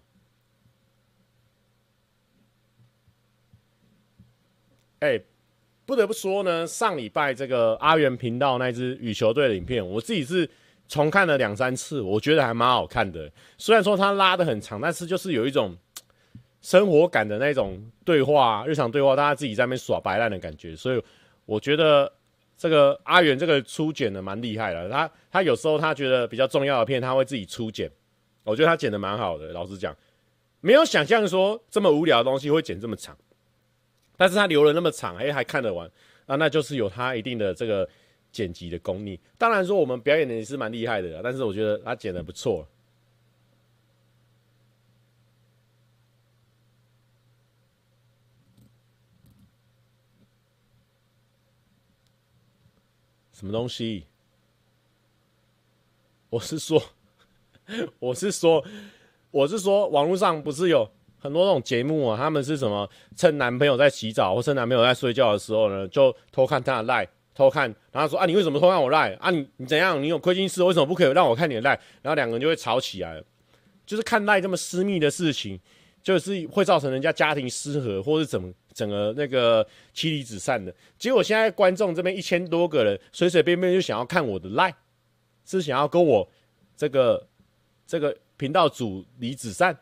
哎、欸。不得不说呢，上礼拜这个阿元频道那支羽球队的影片，我自己是重看了两三次，我觉得还蛮好看的。虽然说它拉得很长，但是就是有一种生活感的那种对话，日常对话，大家自己在那边耍白烂的感觉。所以我觉得这个阿元这个初剪的蛮厉害的。他他有时候他觉得比较重要的片，他会自己初剪，我觉得他剪的蛮好的。老实讲，没有想象说这么无聊的东西会剪这么长。但是他留了那么长，哎、欸，还看得完啊，那就是有他一定的这个剪辑的功力。当然说我们表演的也是蛮厉害的啦，但是我觉得他剪得不错。什么东西？我是说，我是说，我是说，网络上不是有很多那种节目啊，他们是什么趁男朋友在洗澡或趁男朋友在睡觉的时候呢，就偷看他的 line， 偷看，然后说啊，你为什么偷看我 line 啊？你你怎样？你有亏心事，为什么不可以让我看你的 line？ 然后两个人就会吵起来了。就是看 line 这么私密的事情，就是会造成人家家庭失和，或是整整个那个妻离子散的。结果现在观众这边一千多个人，随随便便就想要看我的 line， 是想要跟我这个这个频道主离子散。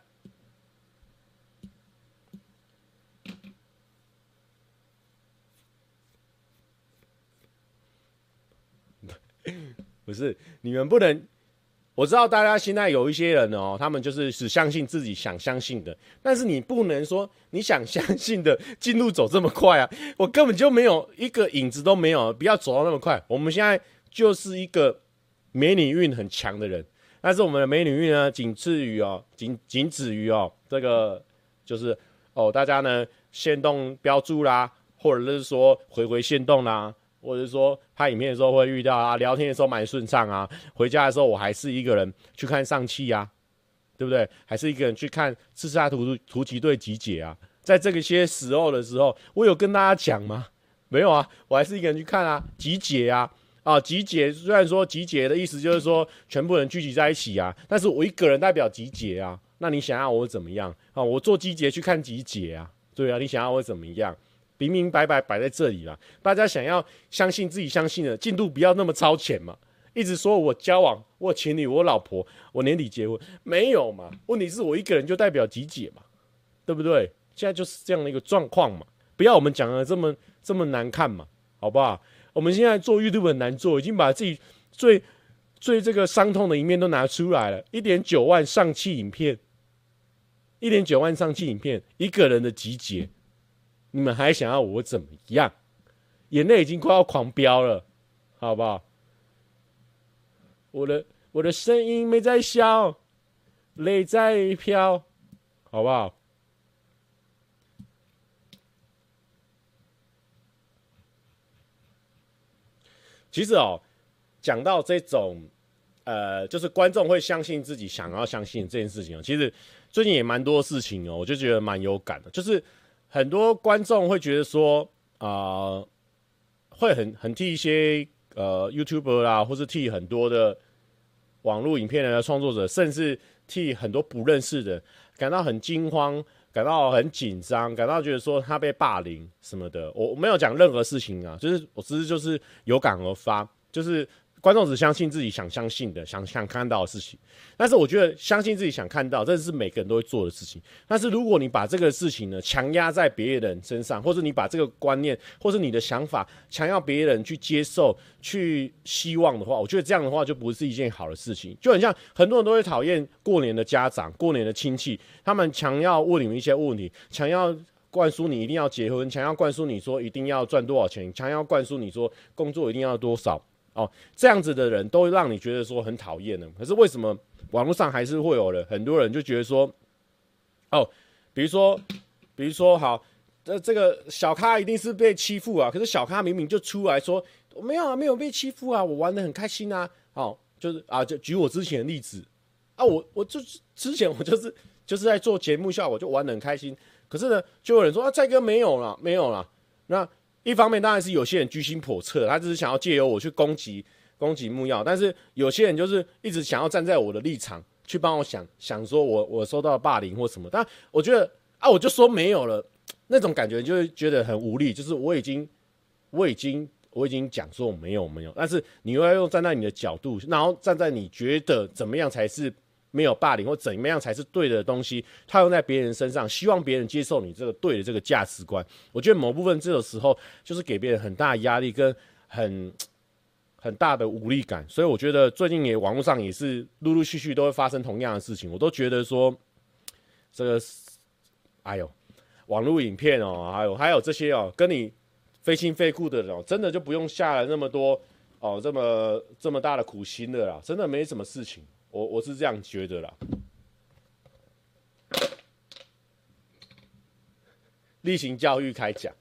不是，你们不能。我知道大家现在有一些人哦，他们就是只相信自己想相信的，但是你不能说你想相信的进度走这么快啊！我根本就没有一个影子都没有，不要走到那么快。我们现在就是一个美女运很强的人，但是我们的美女运呢，仅次于哦，仅仅止于哦，这个就是哦，大家呢限动标注啦，或者是说回回限动啦。或者是说拍影片的时候会遇到啊，聊天的时候蛮顺畅啊，回家的时候我还是一个人去看上汽啊，对不对？还是一个人去看刺杀突突击队集结啊。在这个些时候的时候，我有跟大家讲吗？没有啊，我还是一个人去看啊，集结啊，啊，集结。虽然说集结的意思就是说全部人聚集在一起啊，但是我一个人代表集结啊。那你想要我怎么样啊？我做集结去看集结啊，对啊，你想要我怎么样？明明白白摆在这里啦，大家想要相信自己相信的进度不要那么超前嘛。一直说我交往，我情侣，我老婆，我年底结婚，没有嘛？问题是我一个人就代表集结嘛，对不对？现在就是这样的一个状况嘛，不要我们讲的这么这么难看嘛，好不好？我们现在做 YouTube 很难做，已经把自己最最这个伤痛的一面都拿出来了，一点九万上期影片，一点九万上期影片，一个人的集结。你们还想要我怎么样？眼泪已经快要狂飙了，好不好？我的我的声音没在笑，泪在飘，好不好？其实哦，讲到这种，呃，就是观众会相信自己想要相信这件事情哦，其实最近也蛮多事情哦，我就觉得蛮有感的，就是很多观众会觉得说，啊、呃，会很很替一些呃 YouTuber 啦，或是替很多的网络影片的创作者，甚至替很多不认识的感到很惊慌，感到很紧张，感到觉得说他被霸凌什么的。我没有讲任何事情啊，就是我只是就是有感而发，就是观众只相信自己想相信的、想想看到的事情。但是我觉得相信自己想看到，这是每个人都会做的事情。但是如果你把这个事情呢强压在别人身上，或者你把这个观念或是你的想法强要别人去接受、去希望的话，我觉得这样的话就不是一件好的事情。就很像很多人都会讨厌过年的家长、过年的亲戚，他们强要问你们一些问题，强要灌输你一定要结婚，强要灌输你说一定要赚多少钱，强要灌输你说工作一定要多少。哦，这样子的人都让你觉得说很讨厌的。可是为什么网络上还是会有人很多人就觉得说，哦，比如说，比如说，好，这这个小咖一定是被欺负啊。可是小咖明明就出来说没有啊，没有被欺负啊，我玩得很开心啊。哦，就是啊，就举我之前的例子啊，我我就之前我就是就是在做节目效果，就玩得很开心。可是呢，就有人说啊，蔡哥没有了，没有了。那一方面当然是有些人居心叵测，他只是想要借由我去攻击攻击木曜，但是有些人就是一直想要站在我的立场去帮我想想说我我受到霸凌或什么，但我觉得啊，我就说没有了，那种感觉就会觉得很无力，就是我已经我已经我已经讲说我没有没有，但是你又要用站在你的角度，然后站在你觉得怎么样才是没有霸凌或怎么样才是对的东西，套用在别人身上，希望别人接受你这个对的这个价值观。我觉得某部分这个时候就是给别人很大的压力跟很很大的无力感，所以我觉得最近也网络上也是陆陆续续都会发生同样的事情，我都觉得说这个，哎呦，网络影片哦，还有还有这些哦，跟你非亲非故的人哦，真的就不用下了那么多哦这么这么大的苦心的啦，真的没什么事情。我我是这样觉得啦。例行教育开讲，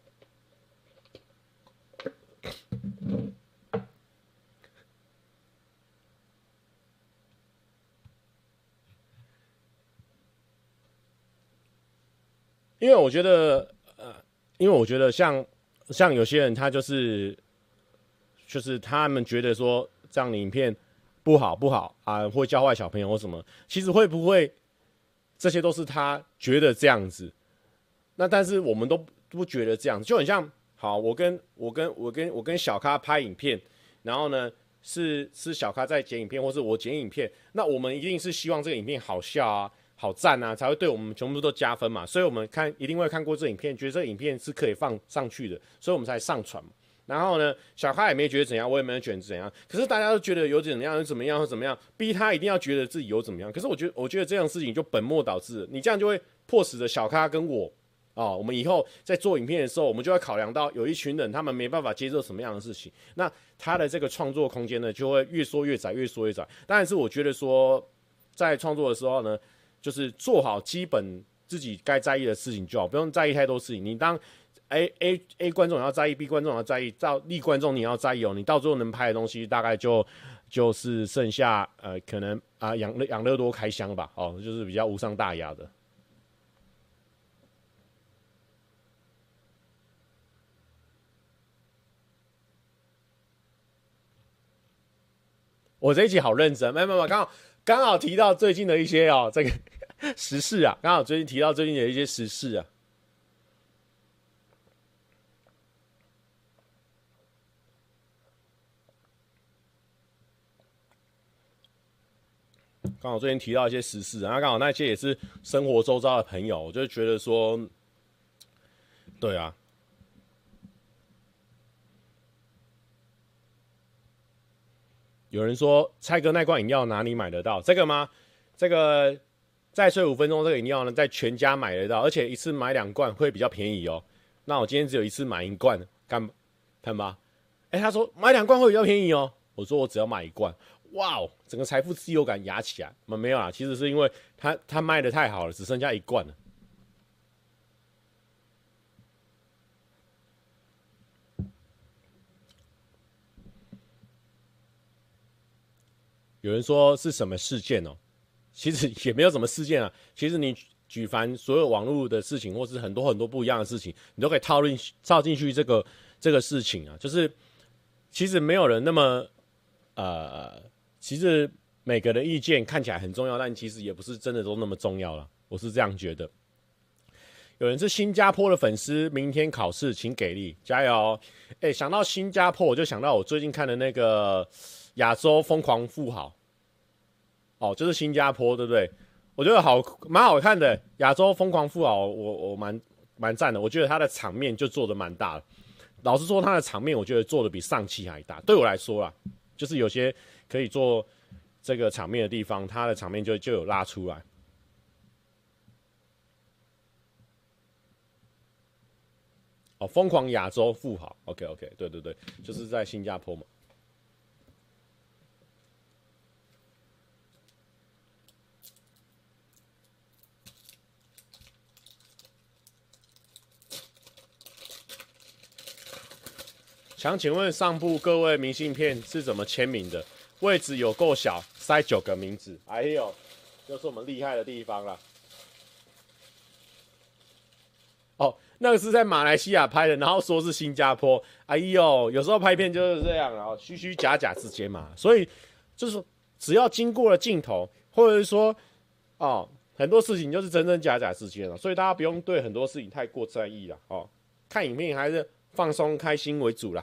因为我觉得，呃，因为我觉得像像有些人他就是就是他们觉得说这样的影片不好不好啊，会教坏小朋友或什么，其实会不会这些都是他觉得这样子？那但是我们都不觉得这样，就很像，好，我跟我跟我跟我跟小咖拍影片，然后呢是是小咖在剪影片，或是我剪影片，那我们一定是希望这个影片好笑啊、好赞啊，才会对我们全部都加分嘛。所以我们看一定会看过这影片，觉得这个影片是可以放上去的，所以我们才上传嘛。然后呢，小咖也没觉得怎样，我也没有觉得怎样。可是大家都觉得有怎样，有怎么样，或怎么样，逼他一定要觉得自己有怎么样。可是我觉得，我觉得这样的事情就本末倒置了。你这样就会迫使着小咖跟我，哦，我们以后在做影片的时候，我们就会考量到有一群人他们没办法接受什么样的事情，那他的这个创作空间呢，就会越缩越窄，越缩越窄。当然是我觉得说，在创作的时候呢，就是做好基本自己该在意的事情就好，不用在意太多事情。你当A A A 观众也要在意 ，B 观众也要在意，到 D 观众你要在意哦。你到最后能拍的东西大概就就是剩下呃可能啊养养乐多开箱吧，哦，就是比较无伤大雅的。我这一集好认真，没有没有，刚好刚好提到最近的一些哦这个时事啊，刚好最近提到最近的一些时事啊。刚好最近提到一些时事，然后刚好那些也是生活周遭的朋友，我就觉得说，对啊，有人说蔡哥那罐饮料哪里买得到？这个吗？这个再睡五分钟，这个饮料呢，在全家买得到，而且一次买两罐会比较便宜哦。那我今天只有一次买一罐，看看吧。哎、欸，他说买两罐会比较便宜哦。我说我只要买一罐， 哇哦，整个财富自由感压起来。没有啦，其实是因为他他卖的太好了，只剩下一罐了。有人说是什么事件哦？其实也没有什么事件啊。其实你举凡所有网络的事情，或是很多很多不一样的事情，你都可以套进套进去这个这个事情啊。就是其实没有人那么呃，其实每个人意见看起来很重要，但其实也不是真的都那么重要了。我是这样觉得。有人是新加坡的粉丝，明天考试请给力，加油！哎，想到新加坡，我就想到我最近看的那个亚洲疯狂富豪，哦，就是新加坡，对不对？我觉得好蛮好看的，亚洲疯狂富豪，我我蛮蛮赞的。我觉得他的场面就做的蛮大的，老实说，他的场面我觉得做的比上期还大。对我来说啦，就是有些可以做这个场面的地方，他的场面就就有拉出来。哦，疯狂亚洲富豪 ，OK OK， 对对对，就是在新加坡嘛。想请问上部各位明信片是怎么签名的？位置有够小，塞九个名字。哎呦，又是我们厉害的地方了。哦，那个是在马来西亚拍的，然后说是新加坡。哎呦，有时候拍片就是这样，然后虚虚假假之间嘛。所以就是只要经过了镜头，或者是说哦，很多事情就是真真假假之间了。所以大家不用对很多事情太过在意了哦。看影片还是放松开心为主啦。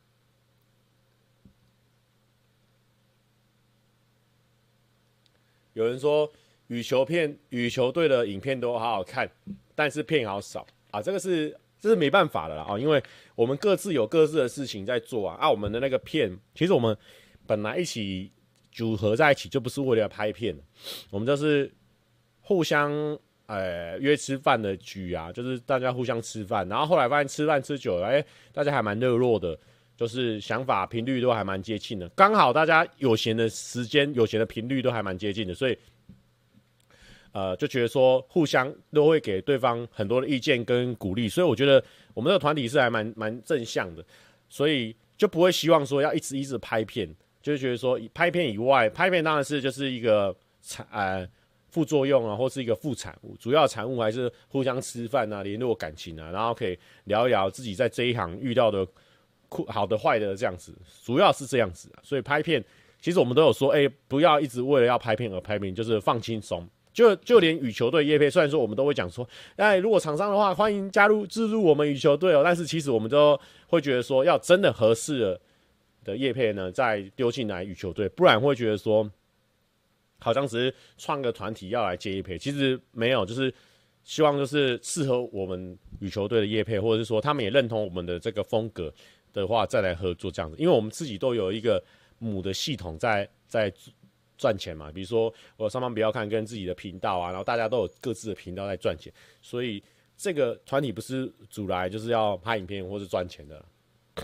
有人说羽球片、羽球队的影片都好好看，但是片好少啊，这个是这是没办法的啦啊，因为我们各自有各自的事情在做啊。啊，我们的那个片，其实我们本来一起组合在一起，就不是为了拍片，我们就是互相呃约吃饭的局啊，就是大家互相吃饭，然后后来发现吃饭吃久了，哎、欸，大家还蛮热络的。就是想法频率都还蛮接近的，刚好大家有闲的时间、有闲的频率都还蛮接近的，所以呃就觉得说互相都会给对方很多的意见跟鼓励，所以我觉得我们这个团体是还蛮蛮正向的，所以就不会希望说要一直一直拍片，就是觉得说拍片以外，拍片当然是就是一个呃副作用啊，或是一个副产物，主要产物还是互相吃饭啊、联络感情啊，然后可以聊一聊自己在这一行遇到的。好的坏的这样子，主要是这样子啊，所以拍片其实我们都有说，哎、欸，不要一直为了要拍片而拍片，就是放轻松。就就连羽球队业配，虽然说我们都会讲说，哎，如果厂商的话，欢迎加入置入我们羽球队哦，但是其实我们都会觉得说，要真的合适的的业配呢，再丢进来羽球队，不然会觉得说，好像只是创个团体要来接业配，其实没有，就是希望就是适合我们羽球队的业配，或者是说他们也认同我们的这个风格。的话再来合作这样子，因为我们自己都有一个母的系统在在赚钱嘛，比如说我上班不要看跟自己的频道啊，然后大家都有各自的频道在赚钱，所以这个团体不是主来就是要拍影片或是赚钱的。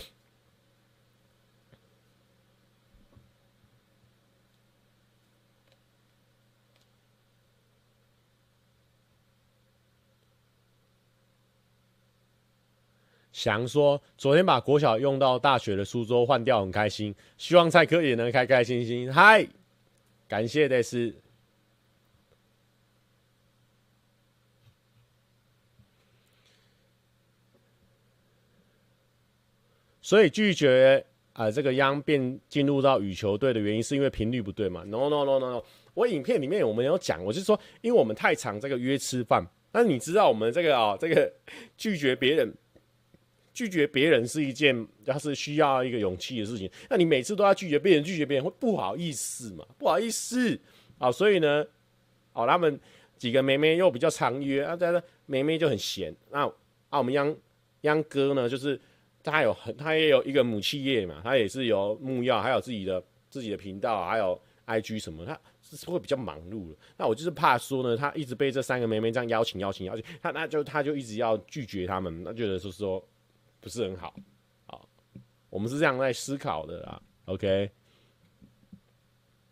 翔说：“昨天把国小用到大学的书桌换掉，很开心。希望蔡科也能开开心心。嗨，感谢的是。所以拒绝啊、呃，这个央变进入到羽球队的原因，是因为频率不对嘛 ？No No No No No， 我影片里面我们有讲，我是说，因为我们太常这个约吃饭，那你知道我们这个啊、哦，这个拒绝别人。”拒绝别人是一件，要是需要一个勇气的事情。那你每次都要拒绝别人，拒绝别人会不好意思嘛？不好意思啊、哦，所以呢，哦，他们几个妹妹又比较常约啊，但是妹妹就很闲。那啊，我们央央哥呢，就是他有很，他也有一个母企业嘛，他也是有木曜，还有自己的自己的频道，还有 I G 什么，他是会比较忙碌的。那我就是怕说呢，他一直被这三个妹妹这样邀请、邀请、邀请，他那就他就一直要拒绝他们，那觉得就是说。不是很好，好，我们是这样在思考的啦 ，OK。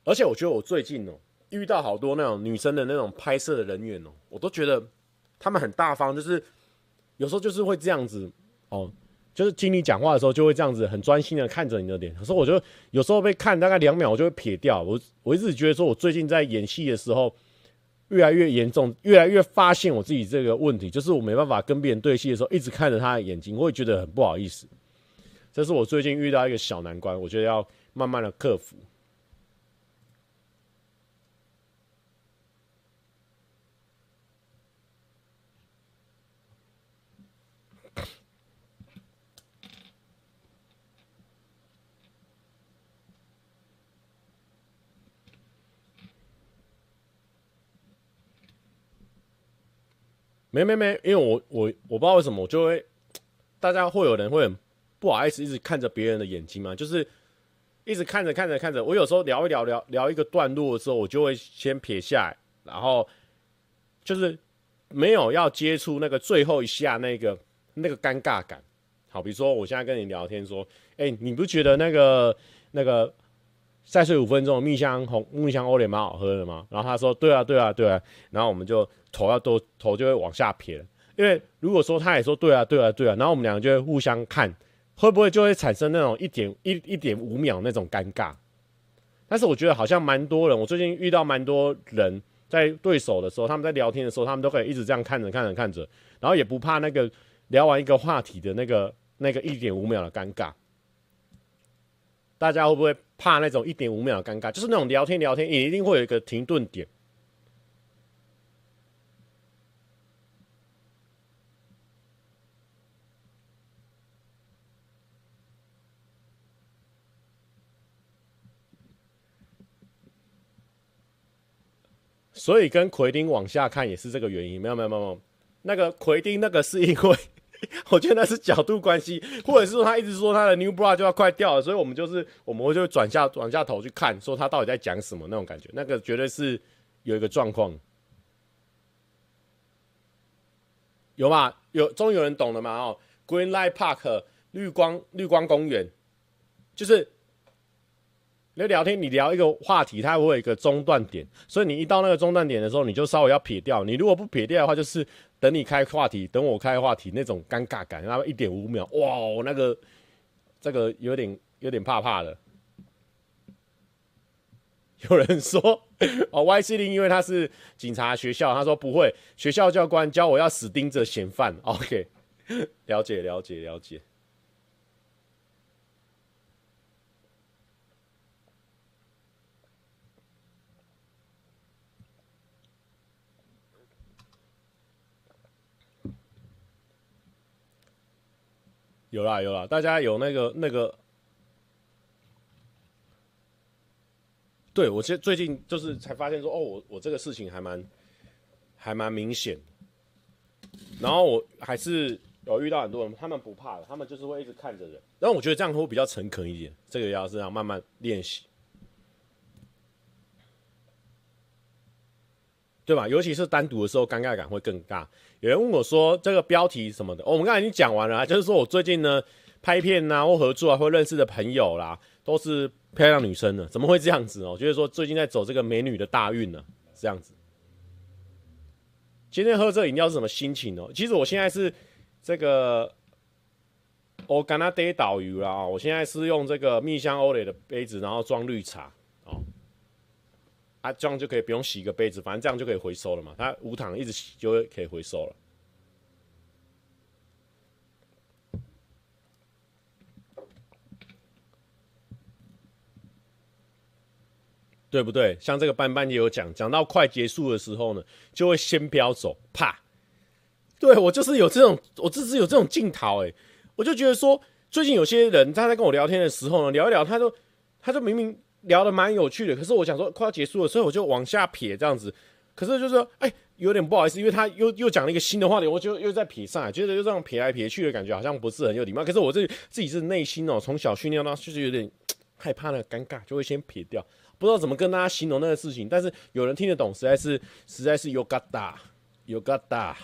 而且我觉得我最近哦遇到好多那种女生的那种拍摄的人员哦，我都觉得他们很大方，就是有时候就是会这样子哦，就是听你讲话的时候就会这样子很专心的看着你的脸。可是我就有时候被看大概两秒，我就会撇掉。我我一直觉得说我最近在演戏的时候越来越严重，越来越发现我自己这个问题，就是我没办法跟别人对戏的时候一直看着他的眼睛，我会觉得很不好意思。这是我最近遇到一个小难关，我觉得要慢慢的克服。没没没，因为我我我不知道为什么我就会，大家会有人会很不好意思一直看着别人的眼睛嘛，就是一直看着看着看着，我有时候聊一聊聊聊一个段落的时候，我就会先撇下来，然后就是没有要接触那个最后一下那个那个尴尬感。好，比如说我现在跟你聊天说，哎、欸，你不觉得那个那个再睡五分钟的蜜香红蜜香欧蕾蛮好喝的吗？然后他说对啊对啊对啊，然后我们就头要都头就会往下撇了，因为如果说他也说对啊对啊对啊，然后我们两个就会互相看，会不会就会产生那种一点一一点五秒那种尴尬？但是我觉得好像蛮多人，我最近遇到蛮多人在对手的时候，他们在聊天的时候，他们都可以一直这样看着看着看着，然后也不怕那个聊完一个话题的那个那个一点五秒的尴尬。大家会不会怕那种一点五秒的尴尬？就是那种聊天聊天，也一定会有一个停顿点。所以跟奎丁往下看也是这个原因。没有没有没有，那个奎丁那个是因为我觉得那是角度关系，或者是说他一直说他的 new bra 就要快掉了，所以我们就是我们会就转下转下头去看，说他到底在讲什么那种感觉。那个绝对是有一个状况，有吗？有，终于有人懂了嘛？哦 ，Green Light Park 绿光绿光公园，就是你聊天，你聊一个话题，它会有一个中断点，所以你一到那个中断点的时候，你就稍微要撇掉。你如果不撇掉的话，就是等你开话题，等我开话题那种尴尬感，那么一点五秒，哇，那个这个有点有点怕怕的。有人说哦 ，Y C 零因为他是警察学校，他说不会，学校教官教我要死盯着嫌犯。OK， 了解了解了解。有啦有啦，大家有那个那个，对我其实最近就是才发现说，哦，我我这个事情还蛮还蛮明显，然后我还是有遇到很多人，他们不怕的，他们就是会一直看着人，然后我觉得这样会比较诚恳一点，这个要是要慢慢练习，对吧？尤其是单独的时候，尴尬感会更大。有人问我说这个标题什么的，哦、我们刚才已经讲完了、啊，就是说我最近呢拍片啊或合作啊或认识的朋友啦，都是漂亮女生呢，怎么会这样子哦？就是说最近在走这个美女的大运呢，这样子。今天喝这饮料是什么心情哦？其实我现在是这个我甘拿得导游啦、哦，我现在是用这个蜜香欧蕾的杯子，然后装绿茶哦。啊，这样就可以不用洗一个杯子，反正这样就可以回收了嘛。它无糖一直洗就会可以回收了，对不对？像这个班班也有讲，讲到快结束的时候呢，就会先飘走，啪。对我就是有这种，我就是有这种镜头哎，我就觉得说，最近有些人他在跟我聊天的时候呢，聊一聊，他就他就明明聊得蛮有趣的，可是我想说快要结束了，所以我就往下撇这样子，可是就是说，哎、欸，有点不好意思，因为他又又讲了一个新的话题，我就又在撇上来，觉得就这样撇来撇去的感觉好像不是很有礼貌。可是我自自己是内心哦，从小训练到就是有点害怕那个尴尬，就会先撇掉，不知道怎么跟大家形容那个事情，但是有人听得懂，实在是实在是有疙瘩，有疙瘩。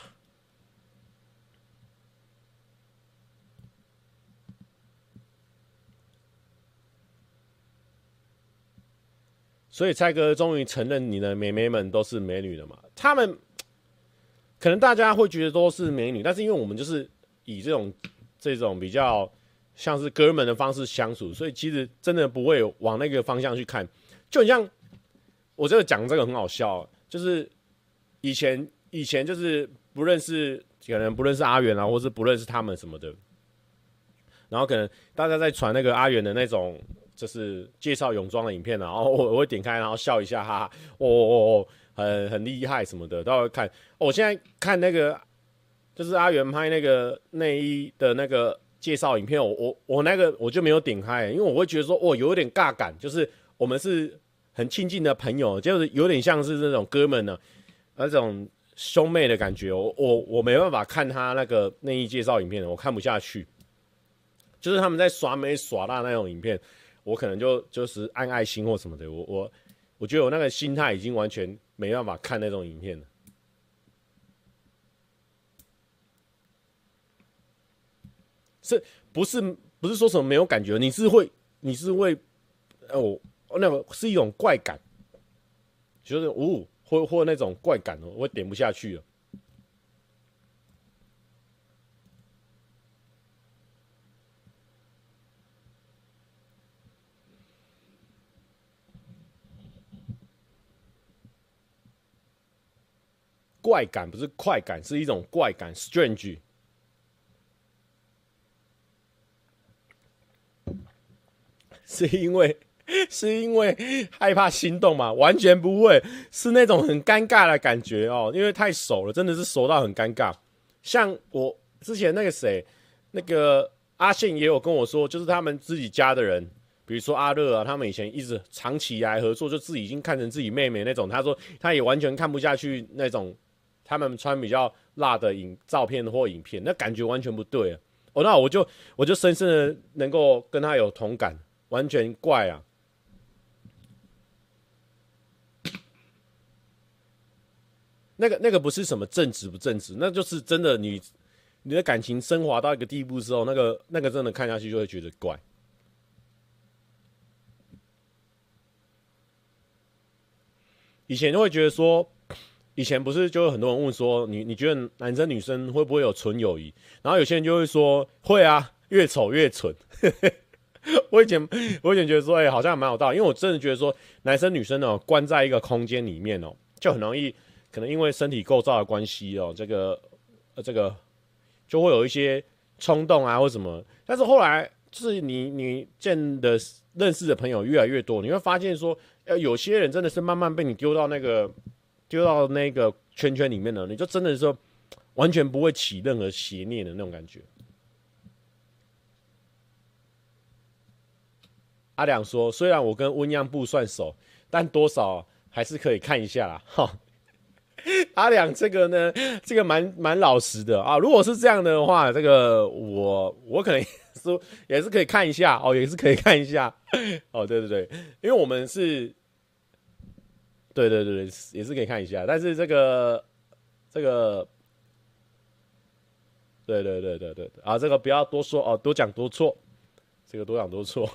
所以蔡哥终于承认你的妹妹们都是美女了嘛？他们可能大家会觉得都是美女，但是因为我们就是以这种这种比较像是哥们的方式相处，所以其实真的不会往那个方向去看。就很像我这个讲这个很好笑，就是以前以前就是不认识，可能不认识阿元啊，或是不认识他们什么的，然后可能大家在传那个阿元的那种就是介绍泳装的影片，然后我我会点开，然后笑一下，哈哈，哦哦哦，很很厉害什么的，都会看。哦，我现在看那个就是阿元拍那个内衣的那个介绍影片，我我我那个我就没有点开，因为我会觉得说，哦，有点尬感，就是我们是很亲近的朋友，就是有点像是那种哥们呢，那种兄妹的感觉。我我我没办法看他那个内衣介绍影片，我看不下去。就是他们在耍美耍大那种影片，我可能就就是按爱心或什么的。我我我觉得我那个心态已经完全没办法看那种影片了。是不是不是说什么没有感觉？你是会你是会哦，那个是一种怪感，就是哦，或或那种怪感，我会点不下去了。怪感不是快感，是一种怪感 ，strange。是因为是因为害怕心动吗？完全不会，是那种很尴尬的感觉哦，因为太熟了，真的是熟到很尴尬。像我之前那个谁，那个阿宪也有跟我说，就是他们自己家的人，比如说阿乐啊，他们以前一直长期以来合作，就自己已经看成自己妹妹那种。他说他也完全看不下去那种他们穿比较辣的影照片或影片，那感觉完全不对啊。哦，那我就我就深深的能够跟他有同感，完全怪啊。那个那个不是什么正直不正直，那就是真的你你的感情升华到一个地步之后，那个那个真的看下去就会觉得怪。以前就会觉得说，以前不是就有很多人问说，你你觉得男生女生会不会有纯友谊？然后有些人就会说会啊，越丑越纯。我以前我以前觉得说，哎、欸，好像蛮有道理，因为我真的觉得说，男生女生哦，关在一个空间里面哦，就很容易，可能因为身体构造的关系哦，这个呃这个就会有一些冲动啊或什么。但是后来就是你你见的认识的朋友越来越多，你会发现说，呃，有些人真的是慢慢被你丢到那个丢到那个圈圈里面了，你就真的是说完全不会起任何邪念的那种感觉。阿良说：“虽然我跟温样不算熟，但多少还是可以看一下啦。”哈，阿良这个呢，这个蛮蛮老实的啊。如果是这样的话，这个我我可能说也是可以看一下哦，也是可以看一下哦。对对对，因为我们是，对对对对，也是可以看一下。但是这个这个，对对对对对啊，这个不要多说哦，多讲多错，这个多讲多错。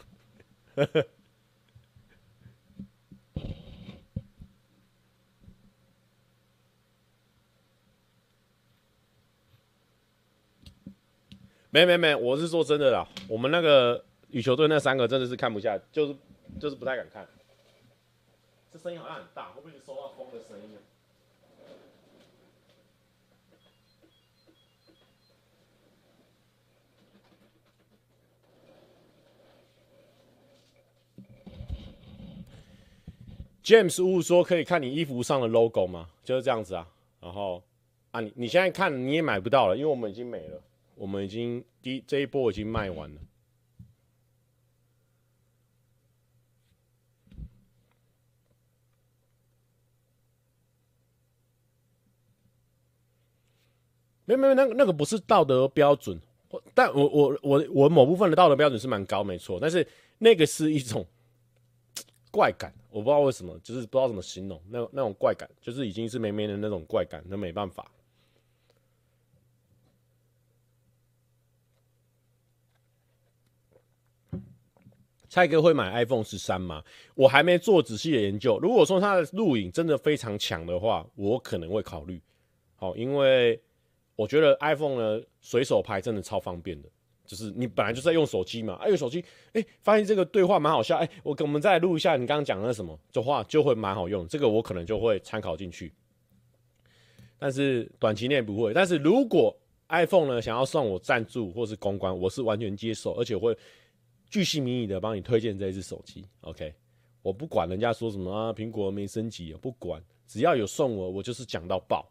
没没没，我是说真的啦，我们那个羽球队那三个真的是看不下，就是就是不太敢看。这声音好像很大，会不会收到风的声音啊？James Wu 说可以看你衣服上的 logo 吗？就是这样子啊。然后啊，你你现在看你也买不到了，因为我们已经没了，我们已经第这一波已经卖完了。没没没，那个那个不是道德标准，但我我我我某部分的道德标准是蛮高，没错，但是那个是一种怪感，我不知道为什么，就是不知道怎么形容那那种怪感，就是已经是没没的那种怪感，那没办法。 蔡哥会买 iPhone 十三吗？我还没做仔细的研究。如果说它的录影真的非常强的话，我可能会考虑。好，因为我觉得 iPhone 呢随手拍真的超方便的，就是你本来就是在用手机嘛，哎、啊，有手机，哎、欸，发现这个对话蛮好笑，哎、欸，我我们再来录一下你刚刚讲的什么，这话就会蛮好用，这个我可能就会参考进去。但是短期内不会。但是如果 iPhone 呢想要送我赞助或是公关，我是完全接受，而且会巨细靡遗的帮你推荐这一支手机。OK， 我不管人家说什么啊，苹果没升级，不管，只要有送我，我就是讲到爆。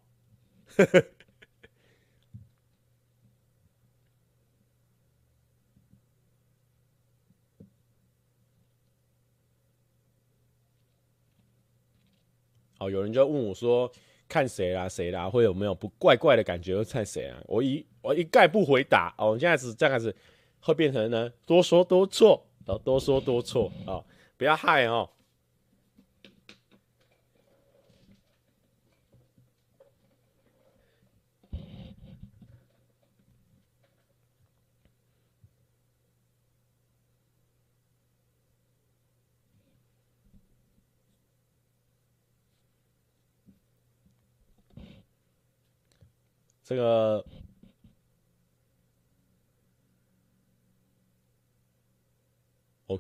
好，有人就问我说，看谁啦谁啦，会有没有不怪怪的感觉？会看谁啊？我一我一概不回答哦。现在是这样子，会变成呢多说多错，哦，多说多错啊、哦，不要害哦。这个哦，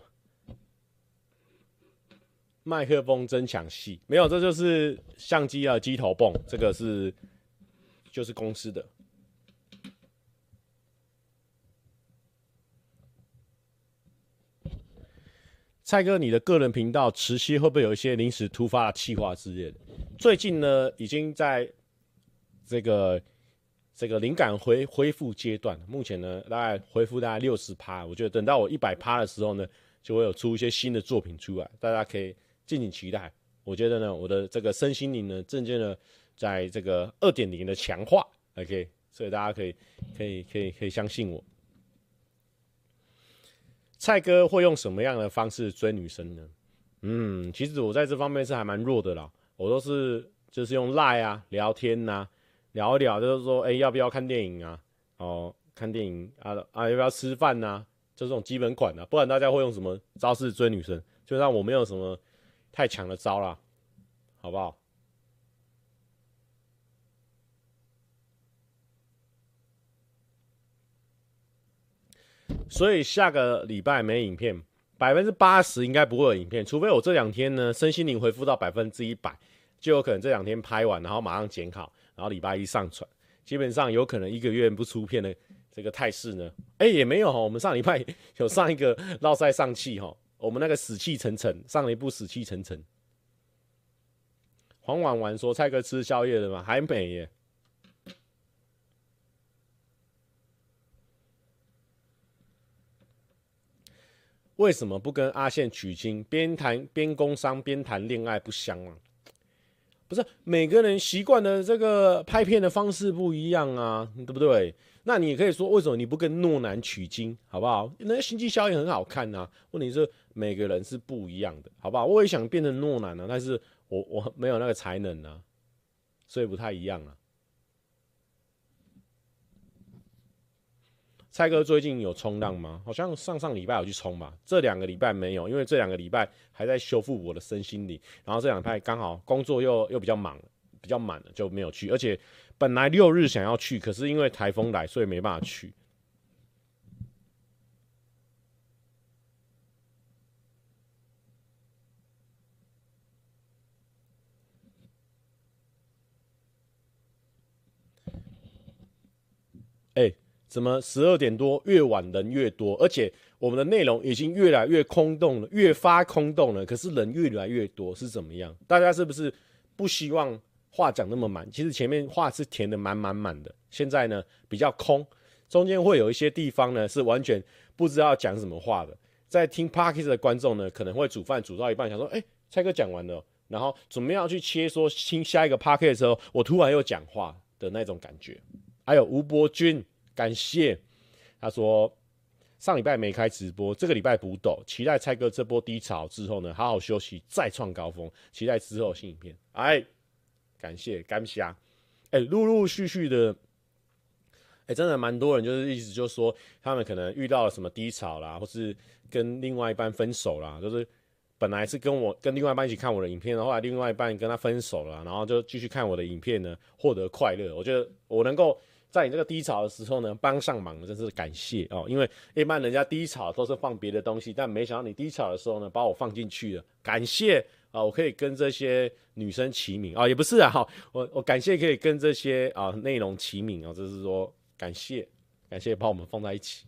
麦克风增强器没有，这就是相机的机头泵，这个是就是公司的。蔡哥，你的个人频道持续会不会有一些临时突发的企划之类的？最近呢，已经在这个这个灵感恢恢复阶段，目前呢大概恢复大概六十趴，我觉得等到我一百趴的时候呢，就会有出一些新的作品出来，大家可以敬请期待。我觉得呢，我的这个身心灵呢，渐渐的在这个 二点零 的强化 ，OK， 所以大家可以可以可以可以相信我。蔡哥会用什么样的方式追女生呢？嗯，其实我在这方面是还蛮弱的啦，我都是就是用 Line 啊聊天啊，聊一聊就是说，哎、欸，要不要看电影啊？哦，看电影啊啊，要不要吃饭啊？就这种基本款啊，不然大家会用什么招式追女生？就让我没有什么太强的招啦，好不好？所以下个礼拜没影片，百分之八十应该不会有影片，除非我这两天呢身心灵恢复到百分之一百，就有可能这两天拍完，然后马上剪好，然后礼拜一上传。基本上有可能一个月不出片的这个态势呢，哎、欸、也没有哈，我们上礼拜有上一个绕赛上气哈，我们那个死气沉沉，上了一部死气沉沉。黄婉婉说：“蔡哥吃宵夜了吗？还没耶。”为什么不跟阿宪取经？边谈边工商边谈恋爱不香啊？不是每个人习惯的这个拍片的方式不一样啊，对不对？那你也可以说，为什么你不跟诺南取经，好不好？那星际效应很好看啊。问题是每个人是不一样的，好不好？我也想变成诺南啊，但是我我没有那个才能啊，所以不太一样啊。蔡哥最近有冲浪吗？好像上上礼拜有去冲吧，这两个礼拜没有，因为这两个礼拜还在修复我的身心灵，然后这两拜刚好工作又又比较忙，比较满了，就没有去。而且本来六日想要去，可是因为台风来，所以没办法去。哎、欸，怎么十二点多越晚人越多，而且我们的内容已经越来越空洞了，越发空洞了，可是人越来越多，是怎么样？大家是不是不希望话讲那么满？其实前面话是填的满满满的，现在呢比较空，中间会有一些地方呢是完全不知道讲什么话的。在听 Podcast 的观众呢，可能会煮饭煮到一半，想说：“哎、欸，蔡哥讲完了。”然后准备要去切说听下一个 Podcast 的时候，我突然又讲话的那种感觉。还有吴伯君，感谢他说上礼拜没开直播，这个礼拜补斗，期待蔡哥这波低潮之后呢，好好休息，再创高峰，期待之后新影片。哎，感谢感谢，哎，陆陆续续的哎，真的蛮多人就是意思就是说，他们可能遇到了什么低潮啦，或是跟另外一半分手啦，就是本来是跟我跟另外一半一起看我的影片，后来另外一半跟他分手了，然后就继续看我的影片呢，获得快乐。我觉得我能够在你这个低潮的时候呢帮上忙，真是感谢哦。因为一般人家低潮都是放别的东西，但没想到你低潮的时候呢，把我放进去了，感谢啊！我可以跟这些女生齐名啊，也不是啊，我我感谢可以跟这些啊内容齐名啊，就是说。感谢，感谢把我们放在一起。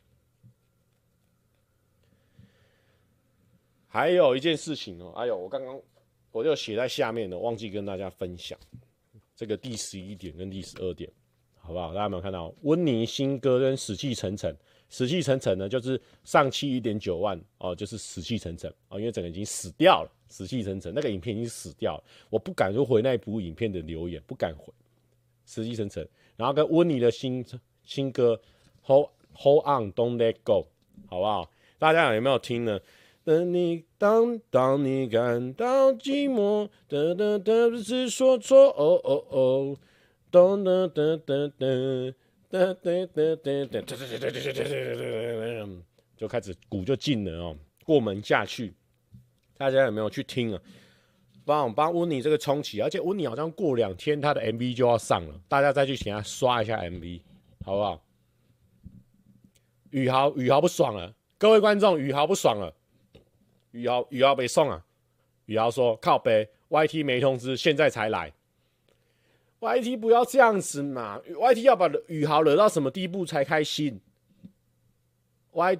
还有一件事情哦，哎呦，我刚刚我就写在下面了，忘记跟大家分享这个第十一点跟第十二点，好不好？大家有没有看到温妮新歌跟死气沉沉？死气沉沉呢，就是上期 一点九万哦，就是死气沉沉哦，因为整个已经死掉了，死气沉沉，那个影片已经死掉了，我不敢就回那部影片的留言，不敢回，死气沉沉。然后跟温妮的新新歌 Hold Hold On Don't Let Go， 好不好？大家有没有听呢？当你当当你感到寂寞，哒哒哒，不是说错哦哦哦，咚哒哒哒哒哒哒哒哒哒哒哒，就开始鼓就进了哦，过门下去。大家有没有去听啊？帮帮温妮这个冲起，而且温妮好像过两天他的 M V 就要上了，大家再去请他刷一下 M V， 好不好？宇豪，宇豪不爽了，各位观众，宇豪不爽了，宇豪，宇豪被送啊！宇豪说靠北 ，Y T 没通知，现在才来 ，Y T 不要这样子嘛 ，Y T 要把宇豪惹到什么地步才开心 ？Y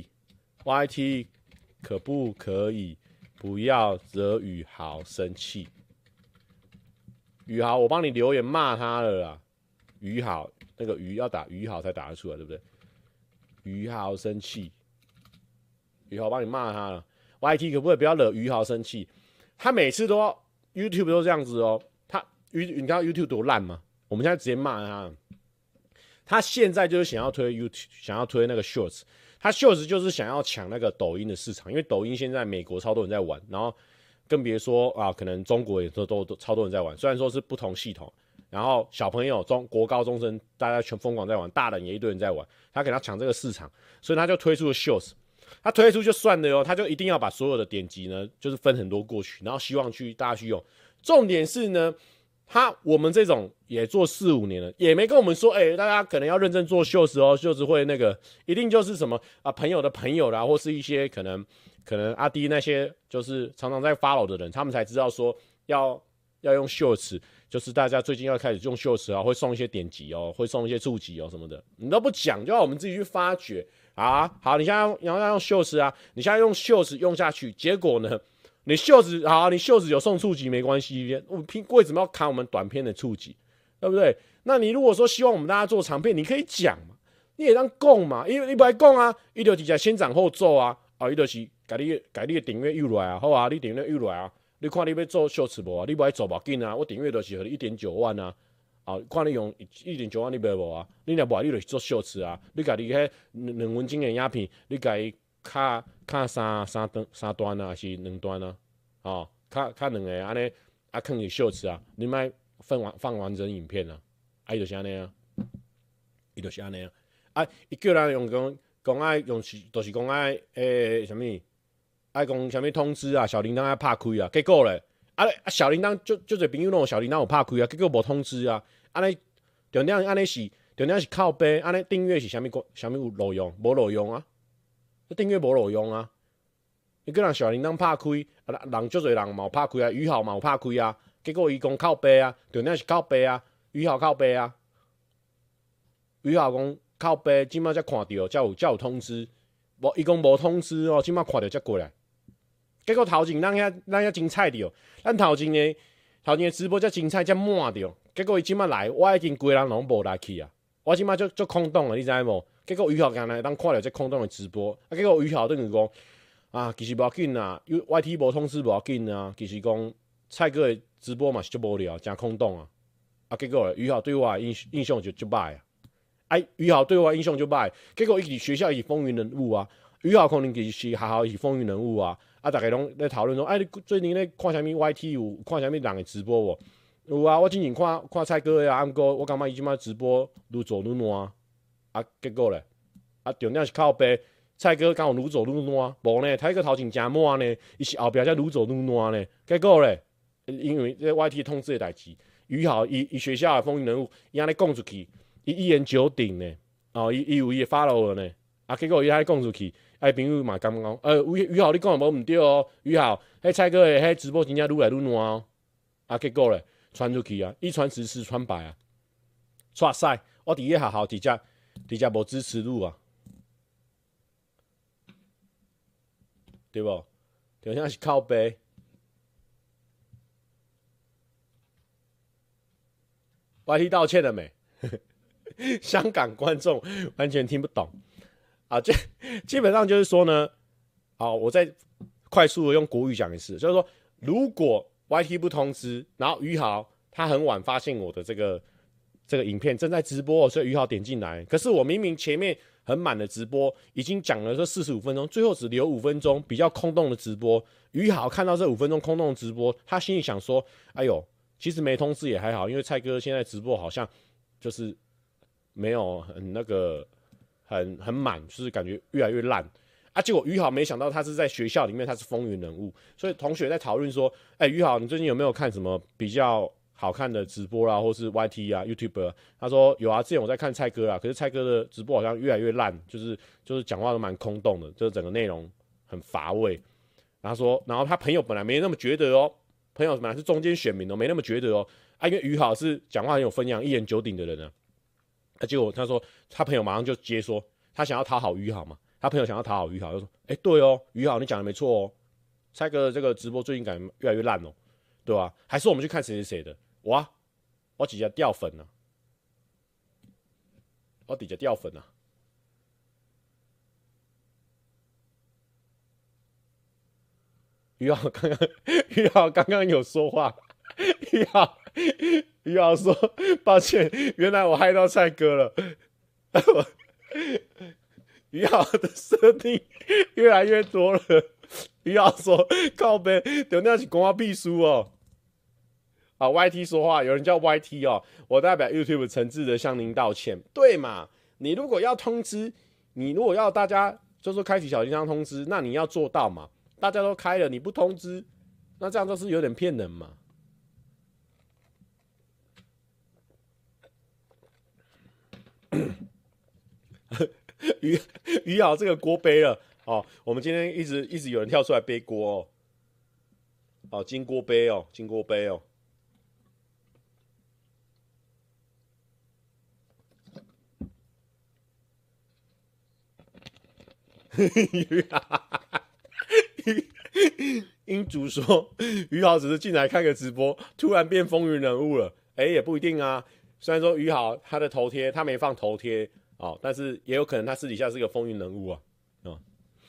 T，Y T 可不可以？不要惹宇豪生气，宇豪，我帮你留言骂他了啦。宇豪，那个宇要打宇豪才打得出来，对不对？宇豪生气，宇豪帮你骂他了。Y T 可不可以不要惹宇豪生气？他每次都要 YouTube 都这样子哦。他你知道 YouTube 多烂吗？我们现在直接骂他。他现在就是想要推 YouTube， 想要推那个 Shorts。他 Shorts 就是想要抢那个抖音的市场，因为抖音现在美国超多人在玩，然后更别说啊，可能中国也都都超多人在玩。虽然说是不同系统，然后小朋友、中国高中生大家全疯狂在玩，大人也一堆人在玩，他给他抢这个市场，所以他就推出了 Shorts。他推出就算了哟，他就一定要把所有的点击呢，就是分很多过去，然后希望去大家去用。重点是呢。他我们这种也做四五年了，也没跟我们说，哎、欸，大家可能要认真做秀时哦，秀子会那个一定就是什么啊朋友的朋友啦，或是一些可能可能阿弟那些就是常常在 follow 的人，他们才知道说要要用秀词，就是大家最近要开始用秀词啊，会送一些点击哦，会送一些触及哦什么的，你都不讲，就要我们自己去发掘啊。好，你现在要要用秀词啊，你现在用秀词用下去，结果呢？你袖子好，你袖子有送触及没关系，我为什么要砍我们短片的触及，对不对？那你如果说希望我们大家做长片，你可以讲嘛，你也当讲嘛，因为你不爱讲啊，伊就直接先斩后奏啊，啊，伊就是把你把你的订阅诱来啊，好啊，你订阅诱来啊，你看你要做秀词无啊，你不爱做无紧啊，我订阅就是你一点九万啊，啊，看你用一点九万你买无啊，你若无你就是做秀词啊，你家己迄两分钟的影片，你家己。卡卡三三段三段啊，还是两段啊？哦，卡卡两个安尼啊，放入秀词啊，你莫放完放完整影片啊，啊，伊就是安尼啊，伊就是安尼啊，啊，伊叫人用讲讲爱用是，就是讲爱诶，什么爱讲什么通知啊，小铃铛爱拍开啊，结果咧，啊啊小铃铛就就侪朋友拢小铃铛有拍开啊，结果无通知啊，安尼重点安尼是重点是靠背，安尼订阅是啥物啥物有路用，无路用啊。订阅无路用啊！你叫人小铃铛拍开，人足侪人嘛有拍开啊，宇豪嘛有拍开啊，结果伊讲靠背啊，重点是靠背啊，宇豪靠背啊，宇豪讲靠背，即摆才看到，才有才有通知，无伊讲无通知哦，即摆看到才过来。结果头前咱遐咱遐精彩着，咱头前的头前的直播才精彩才满着，结果伊即摆来，我已经规人拢无来去啊，我即摆足足空洞啊，你知无？结果宇豪刚才当看到这空洞的直播，啊，结果宇豪等于讲啊，其实无要紧啦 ，Y T 无通知无要紧啊，其实讲蔡哥的直播嘛是足无聊，真空洞啊，啊，结果宇豪对我的印印象就足歹啊，哎，宇豪对我的印象就歹，结果伊伫学校是风云人物啊，宇豪可能其实是学校是风云人物啊，啊，大家拢在讨论说，哎，你最近咧看啥物 Y T 有看啥物人的直播无？ 有啊，我之前看看蔡哥的啊，毋过我感觉伊即摆直播愈做愈烂啊，结果咧啊，重点是靠背蔡哥敢有愈做愈烂，无呢，他个头前真满呢，伊是后壁才愈做愈烂呢，结果咧，因为这 Y T 通知的代志，于好伊伊学校的风云人物，伊安尼讲出去，伊一言九鼎呢，哦，伊伊有伊的 follow 呢，啊，结果伊安尼讲出去。哎，朋友嘛，感觉讲，呃，于于豪你讲的无毋对哦，于豪，迄蔡哥的迄直播真正愈来愈烂哦，啊，结果咧传出去啊，一传十，十传百啊，哇塞，我伫个学校直接直接无支持路啊，对无？就像是靠背。Y T 道歉了没？香港观众完全听不懂。啊，这基本上就是说呢，好，我再快速的用国语讲一次，就是说，如果 Y T 不通知，然后于豪他很晚发现我的这个这个影片正在直播，所以于豪点进来，可是我明明前面很满的直播已经讲了这四十五分钟，最后只留五分钟比较空洞的直播，于豪看到这五分钟空洞的直播，他心里想说，哎呦，其实没通知也还好，因为蔡哥现在直播好像就是没有很那个。很很满，就是感觉越来越烂啊！结果于豪没想到他是在学校里面，他是风云人物，所以同学在讨论说：“哎、欸，于豪，你最近有没有看什么比较好看的直播啦，或是 Y T 啊、YouTube 啊？”他说：“有啊，之前我在看蔡哥啊，可是蔡哥的直播好像越来越烂，就是就是讲话都蛮空洞的，就是整个内容很乏味。”然后说，然后他朋友本来没那么觉得哦，朋友本来是中间选民哦，没那么觉得哦，啊，因为于豪是讲话很有分量、一言九鼎的人啊。啊，结果他说，他朋友马上就接说，他想要讨好于豪嘛，他朋友想要讨好于豪，就说，哎、欸，对哦，于豪你讲的没错哦，蔡哥的这个直播最近感觉越来越烂哦，对吧、啊？还是我们去看谁谁谁的，哇，我直接掉粉了，我直接掉粉了。于豪刚刚，于豪刚刚有说话，于豪。于豪说：“抱歉，原来我害到蔡哥了。”于豪的设定越来越多了。于豪说：“靠北，重点是讲我秘书哦。”啊 ，Y T 说话，有人叫 Y T 哦，我代表 YouTube 诚挚的向您道歉。对嘛？你如果要通知，你如果要大家就说开启小铃铛通知，那你要做到嘛？大家都开了，你不通知，那这样就是有点骗人嘛。于于豪这个锅背了哦，我们今天一直一直有人跳出来背锅哦，哦金锅背哦，金锅背哦。英主说于豪只是进来看个直播，突然变风云人物了，哎、欸，也不一定啊。虽然说于豪他的头贴他没放头贴哦，但是也有可能他私底下是个风云人物啊。哦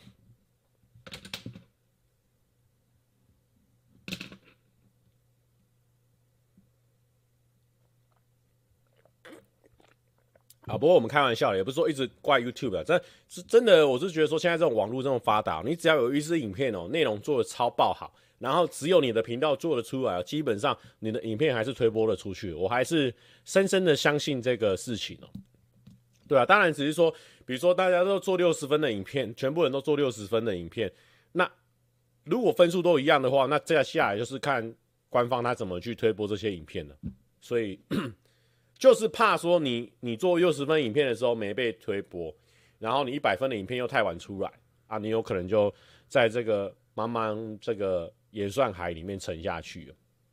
啊，不过我们开玩笑，也不是说一直怪 YouTube 的，真是真的，我是觉得说现在这种网络这种发达，你只要有一支影片哦，内容做的超爆好，然后只有你的频道做得出来，基本上你的影片还是推播了出去，我还是深深的相信这个事情哦。对啊，当然只是说，比如说大家都做六十分的影片，全部人都做六十分的影片，那如果分数都一样的话，那接下来就是看官方他怎么去推播这些影片了，所以。就是怕说你你做六十分影片的时候没被推播，然后你一百分的影片又太晚出来啊，你有可能就在这个茫茫这个演算海里面沉下去了。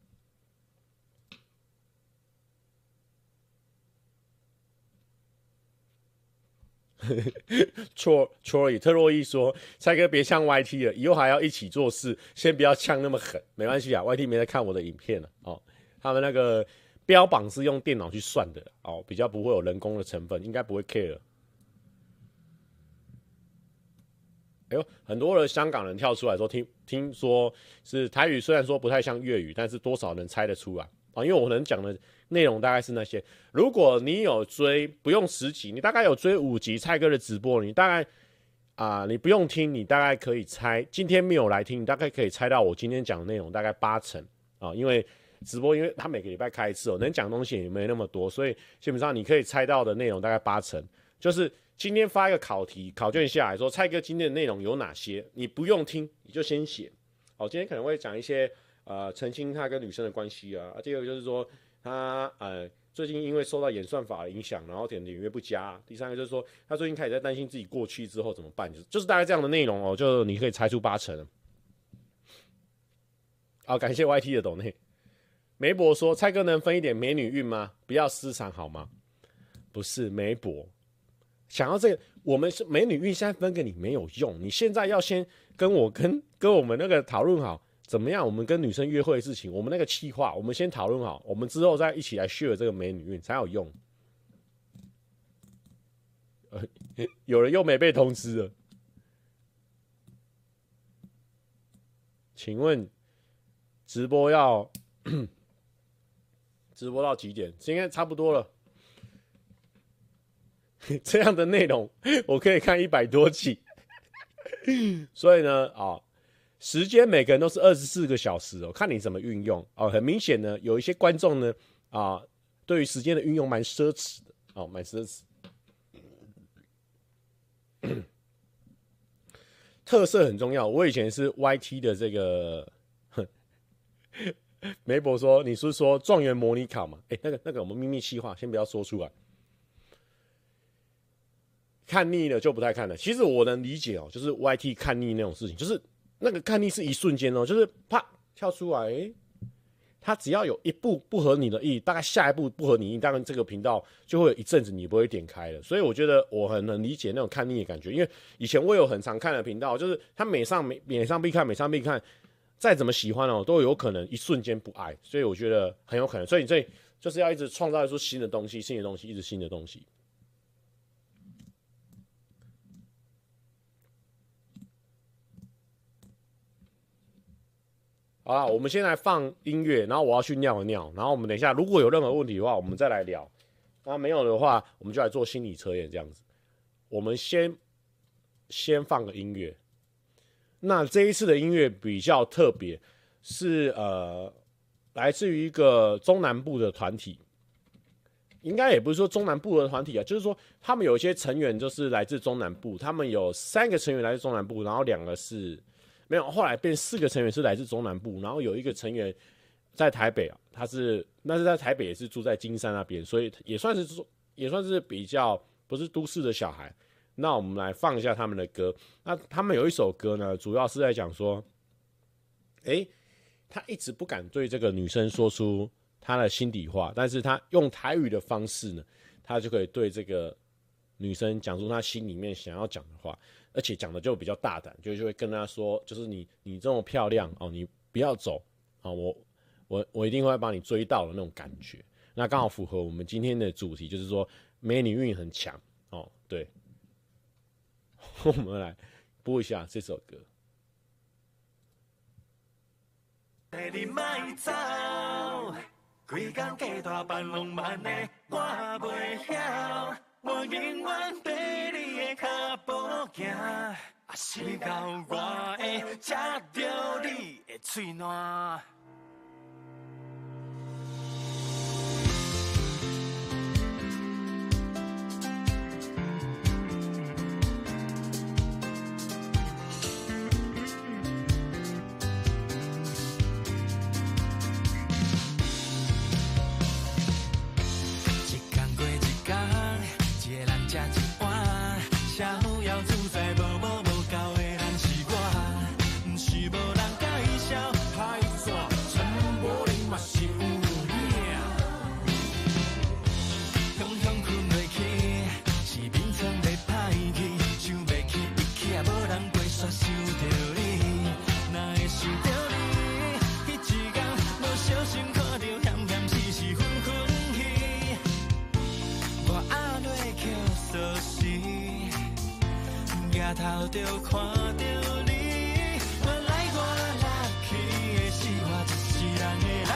戳戳里特洛伊说：“蔡哥别呛 Y T 了，以后还要一起做事，先不要呛那么狠，没关系啊 ，Y T 没在看我的影片了哦，他们那个。”标榜是用电脑去算的哦，比较不会有人工的成分，应该不会 care。哎呦，很多的香港人跳出来说，听听说是台语，虽然说不太像粤语，但是多少能猜得出来啊？因为我能讲的内容大概是那些。如果你有追，不用十集，你大概有追五集蔡哥的直播，你大概啊、呃，你不用听，你大概可以猜。今天没有来听，你大概可以猜到我今天讲的内容大概八成啊，因为。 直播，因为他每个礼拜开一次哦，能讲东西也没那么多，所以基本上你可以猜到的内容大概八成，就是今天发一个考题，考卷下来说，蔡哥今天的内容有哪些，你不用听，你就先写。哦，今天可能会讲一些呃澄清他跟女生的关系啊，第二个就是说他呃最近因为受到演算法的影响，然后点点阅不佳、啊，第三个就是说他最近开始在担心自己过去之后怎么办，就是就是大概这样的内容哦，就你可以猜出八成。好、哦，感谢 Y T 的抖内。梅博说：“蔡哥能分一点美女运吗？不要私藏好吗？”不是梅博，想要这个，我们是美女运，现在分给你没有用。你现在要先跟我跟跟我们那个讨论好，怎么样？我们跟女生约会的事情，我们那个企划，我们先讨论好，我们之后再一起来 share 这个美女运才有用。呃，有人又没被通知了，请问直播要直播到几点？今天差不多了。这样的内容我可以看一百多集，所以呢，啊、哦，时间每个人都是二十四个小时哦，看你怎么运用哦。很明显呢，有一些观众呢，啊、哦，对于时间的运用蛮奢侈的哦，蛮奢侈。特色很重要，我以前是 Y T 的这个，梅博说你是说状元模拟考嘛？哎、欸，那个那个我们秘密企划先不要说出来。看腻了就不太看了。其实我能理解哦，就是 Y T 看腻那种事情，就是那个看腻是一瞬间哦，就是啪跳出来，欸，它只要有一步不合你的意，大概下一步不合你意，当然这个频道就会有一阵子你不会点开了。所以我觉得我很能理解那种看腻的感觉，因为以前我有很常看的频道，就是他每上每每上必看，每上必看，再怎么喜欢哦，都有可能一瞬间不爱。所以我觉得很有可能，所以你这就是要一直创造出新的东西，新的东西，一直新的东西。好啦，我们先来放音乐，然后我要去尿个尿，然后我们等一下如果有任何问题的话，我们再来聊。那没有的话，我们就来做心理测验这样子。我们先先放个音乐。那这一次的音乐比较特别，是呃来自于一个中南部的团体，应该也不是说中南部的团体啊，就是说他们有一些成员就是来自中南部，他们有三个成员来自中南部，然后两个是。没有，后来变四个成员是来自中南部，然后有一个成员在台北啊，他是那是在台北也是住在金山那边，所以也算是也算是比较不是都市的小孩。那我们来放一下他们的歌。那他们有一首歌呢，主要是在讲说，哎，他一直不敢对这个女生说出他的心底话，但是他用台语的方式呢，他就可以对这个女生讲出他心里面想要讲的话。而且讲的就比较大胆，就就会跟他说，就是你你这么漂亮哦，你不要走啊、哦，我我我一定会把你追到的那种感觉。那刚好符合我们今天的主题，就是说美女运很强哦。对，我们来播一下这首歌。你莫走，规工计大扮浪漫的我袂晓。我永远在你的脚步行，啊是到我会吃到你的嘴烂。头就看到你，我来我 lucky 的是我一世人的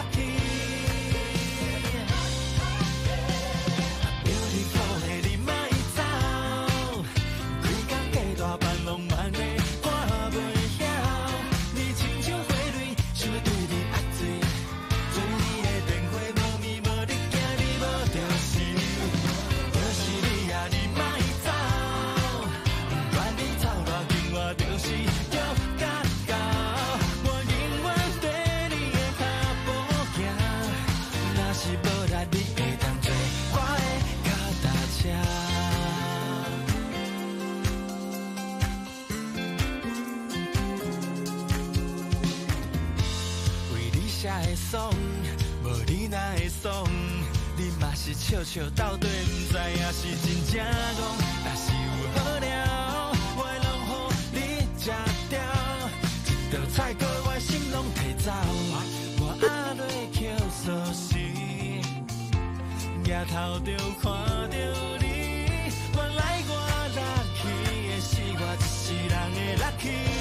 lucky。Beautiful 的你莫走，规工计大扮浪漫的我袂晓，你亲像花蕊，想要对你压醉，做你的才会爽，无你哪会爽？你嘛是笑笑斗对，不知影是真正戆。若是有好料，我会拢予你吃掉。一道菜过我心拢提走，我压落捡锁匙，抬头就看到你。原来我 lucky 的是我一世人的 lucky。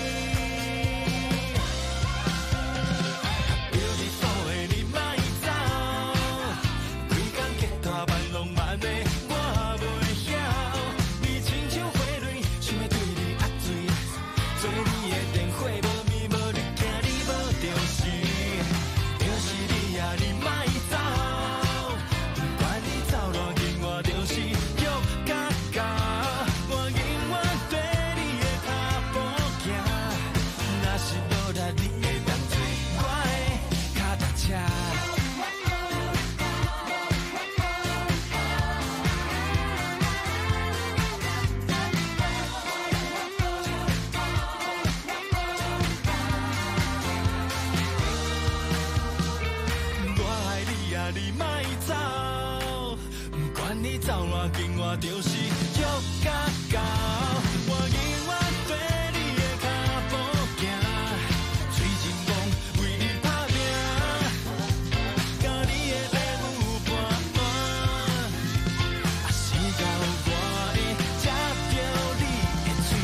走偌近，我就是足甲高。我永远跟你的脚步行，水尽梦为你打拼，甲你的礼物伴伴，啊时到我会接着你的嘴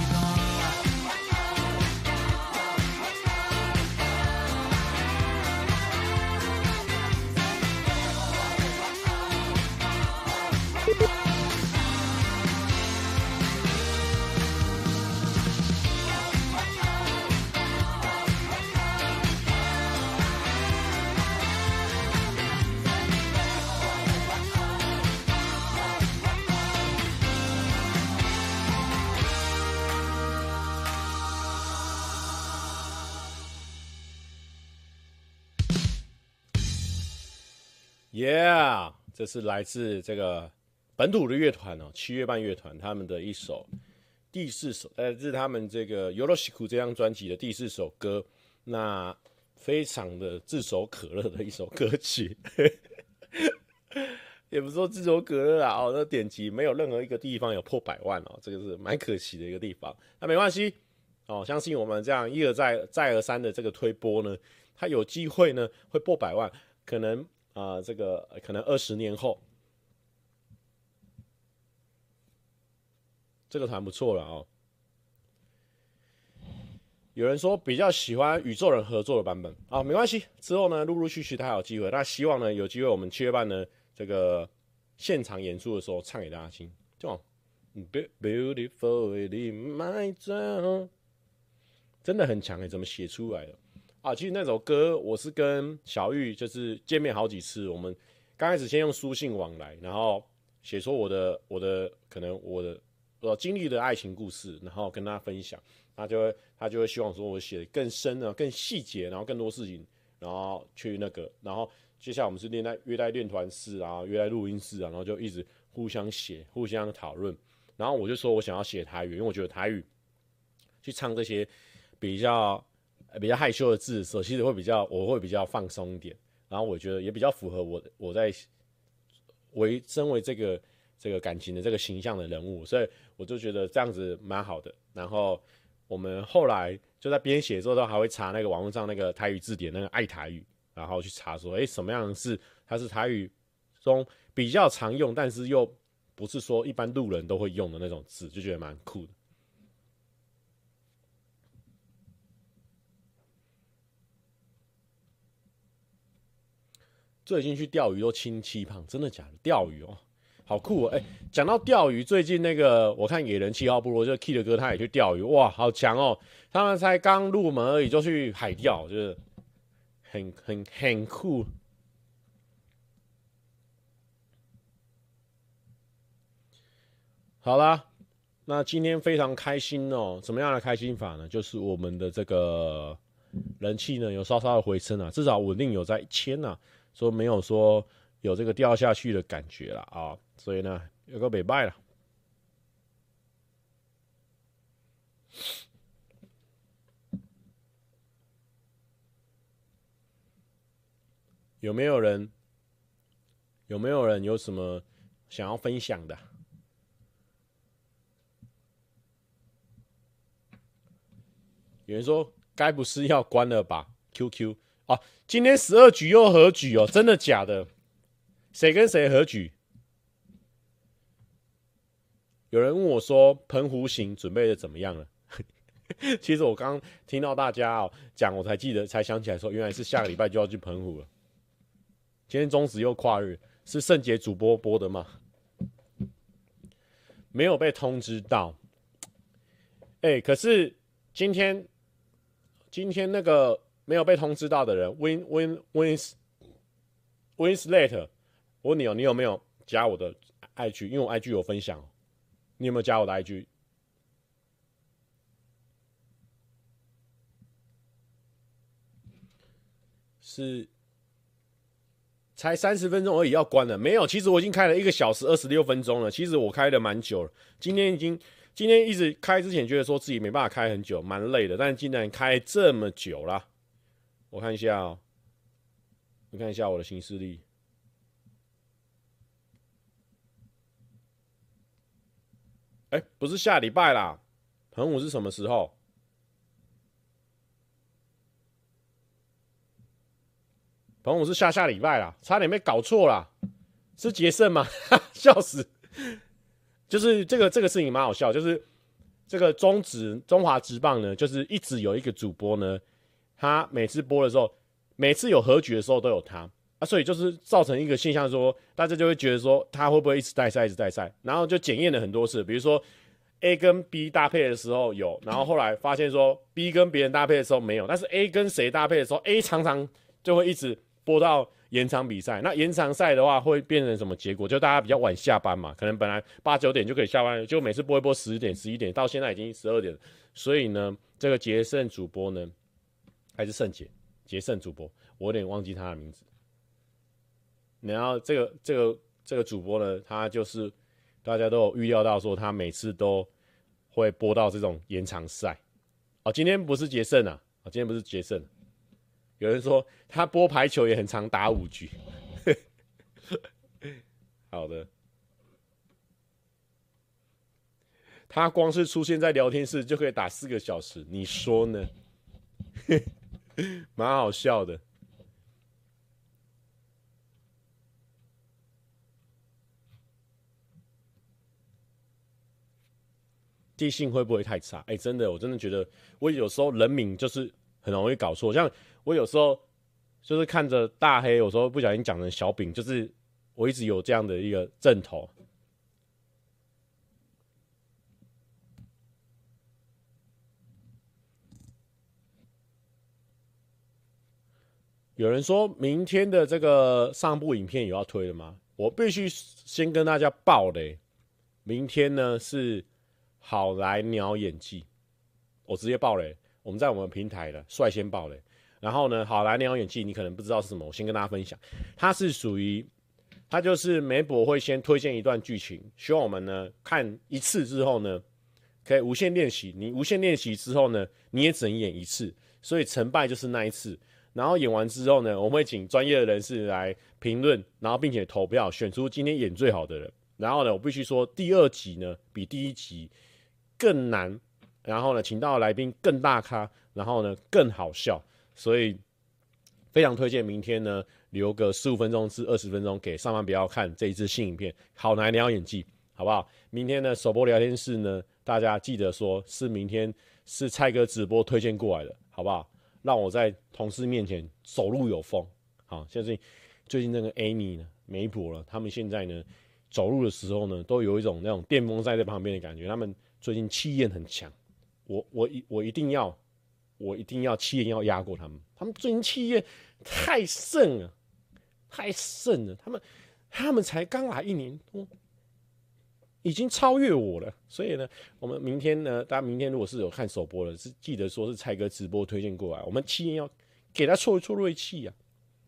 Yeah， 这是来自这个本土的乐团哦，七月半乐团他们的一首第四首，呃，这是他们这个《Yoroshiku》这张专辑的第四首歌，那非常的炙手可热的一首歌曲，也不是说炙手可热啊，哦，那点击没有任何一个地方有破百万哦，这个是蛮可惜的一个地方。那没关系哦，相信我们这样一而再、再而三的这个推播呢，它有机会呢会破百万，可能。啊、呃，这个可能二十年后，这个团不错了哦。有人说比较喜欢宇宙人合作的版本啊、哦，没关系，之后呢陆陆续续他有机会，那希望呢有机会我们七月半呢这个现场演出的时候唱给大家听，这种 Beautiful in my zone 真的很强诶，怎么写出来的？啊，其实那首歌我是跟小玉就是见面好几次，我们刚开始先用书信往来，然后写出我的我的可能我的我经历的爱情故事，然后跟他分享，他就会他就会希望说我写的更深啊、更细节，然后更多事情，然后去那个，然后接下来我们是练在约在练团室啊，约在录音室啊，然后就一直互相写、互相讨论，然后我就说我想要写台语，因为我觉得台语去唱这些比较。比较害羞的字的时候，其实会比较，我会比较放松一点，然后我觉得也比较符合我我在为身为这个这个感情的这个形象的人物，所以我就觉得这样子蛮好的。然后我们后来就在编写的时候，都还会查那个网络上那个台语字典，那个爱台语，然后去查说，哎，什么样是它是台语中比较常用，但是又不是说一般路人都会用的那种字，就觉得蛮酷的。最近去钓鱼都轻七磅，真的假的？钓鱼哦，好酷哦！哎、欸，讲到钓鱼，最近那个我看野人七号部落，就是 Kid 的哥他也去钓鱼，哇，好强哦！他们才刚入门而已，就去海钓，就是很很很酷。好啦，那今天非常开心哦，怎么样的开心法呢？就是我们的这个人气呢有稍稍的回升啊，至少稳定有在一千啊。说没有说有这个掉下去的感觉了啊，所以呢有个没败了。 有没有人有没有人有什么想要分享的？有人说该不是要关了吧 ？Q Q 哦，今天十二局又和局哦，真的假的？谁跟谁和局？有人问我说澎湖行准备的怎么样了？其实我刚刚听到大家哦讲，我才记得，才想起来说，原来是下个礼拜就要去澎湖了。今天中止又跨日，是圣杰主播播的吗？没有被通知到。哎、欸，可是今天今天那个没有被通知到的人 ，Win Win Wins Winslet， 我问你哦，你有没有加我的 I G？ 因为我 I G 有分享，你有没有加我的 I G？是才三十分钟而已，要关了没有？其实我已经开了一个小时二十六分钟了。其实我开的蛮久了，今天已经今天一直开之前觉得说自己没办法开很久，蛮累的，但是竟然开这么久啦。我看一下哦，我看一下我的行事历。哎、欸，不是下礼拜啦，澎湖是什么时候？澎湖是下下礼拜啦，差点被搞错啦，是杰森吗？笑死！就是这个这个事情蛮好笑，就是这个中职中华职棒呢，就是一直有一个主播呢，他每次播的时候，每次有和局的时候都有他啊，所以就是造成一个现象说，大家就会觉得说他会不会一直带赛一直带赛，然后就检验了很多次，比如说 A 跟 B 搭配的时候有，然后后来发现说 B 跟别人搭配的时候没有，但是 A 跟谁搭配的时候 ，A 常常就会一直播到延长比赛。那延长赛的话会变成什么结果？就大家比较晚下班嘛，可能本来八九点就可以下班，就每次播一播十点、十一点，到现在已经十二点了。所以呢，这个杰胜主播呢，还是胜杰杰胜主播，我有点忘记他的名字。然后这个这个这个主播呢，他就是大家都有预料到说，他每次都会播到这种延长赛。哦，今天不是杰胜啊，哦，今天不是杰胜。有人说他播排球也很常打五局，好的。他光是出现在聊天室就可以打四个小时，你说呢？蛮好笑的。记性会不会太差？哎、欸，真的，我真的觉得我有时候人名就是很容易搞错，像我有时候就是看着大黑，有时候不小心讲成小饼，就是我一直有这样的一个阵头。有人说明天的这个上部影片有要推了吗？我必须先跟大家爆雷，明天呢是好来鸟演技，我直接爆雷。我们在我们平台的率先爆雷。然后呢，好来鸟演技你可能不知道是什么，我先跟大家分享，它是属于，它就是媒博会先推荐一段剧情，希望我们呢看一次之后呢，可以无限练习。你无限练习之后呢，你也只能演一次，所以成败就是那一次。然后演完之后呢，我们会请专业的人士来评论，然后并且投票选出今天演最好的人。然后呢，我必须说第二集呢比第一集更难，然后呢，请到的来宾更大咖，然后呢更好笑，所以非常推荐明天呢留个十五分钟至二十分钟给上班不要看这一支新影片，好难聊演技，好不好？明天的首播聊天室呢，大家记得说是明天是蔡哥直播推荐过来的，好不好？让我在同事面前走路有风。好，像是最近那个 Amy 呢，媒婆了，他们现在呢走路的时候呢，都有一种那种电风扇在旁边的感觉。他们最近气焰很强，我我我一定要，我一定要气焰要压过他们。他们最近气焰太盛了，太盛了。他们他们才刚来一年多，已经超越我了。所以呢，我们明天呢，大家明天如果是有看首播的，是记得说是蔡哥直播推荐过来，我们气焰要给他挫一挫锐气啊。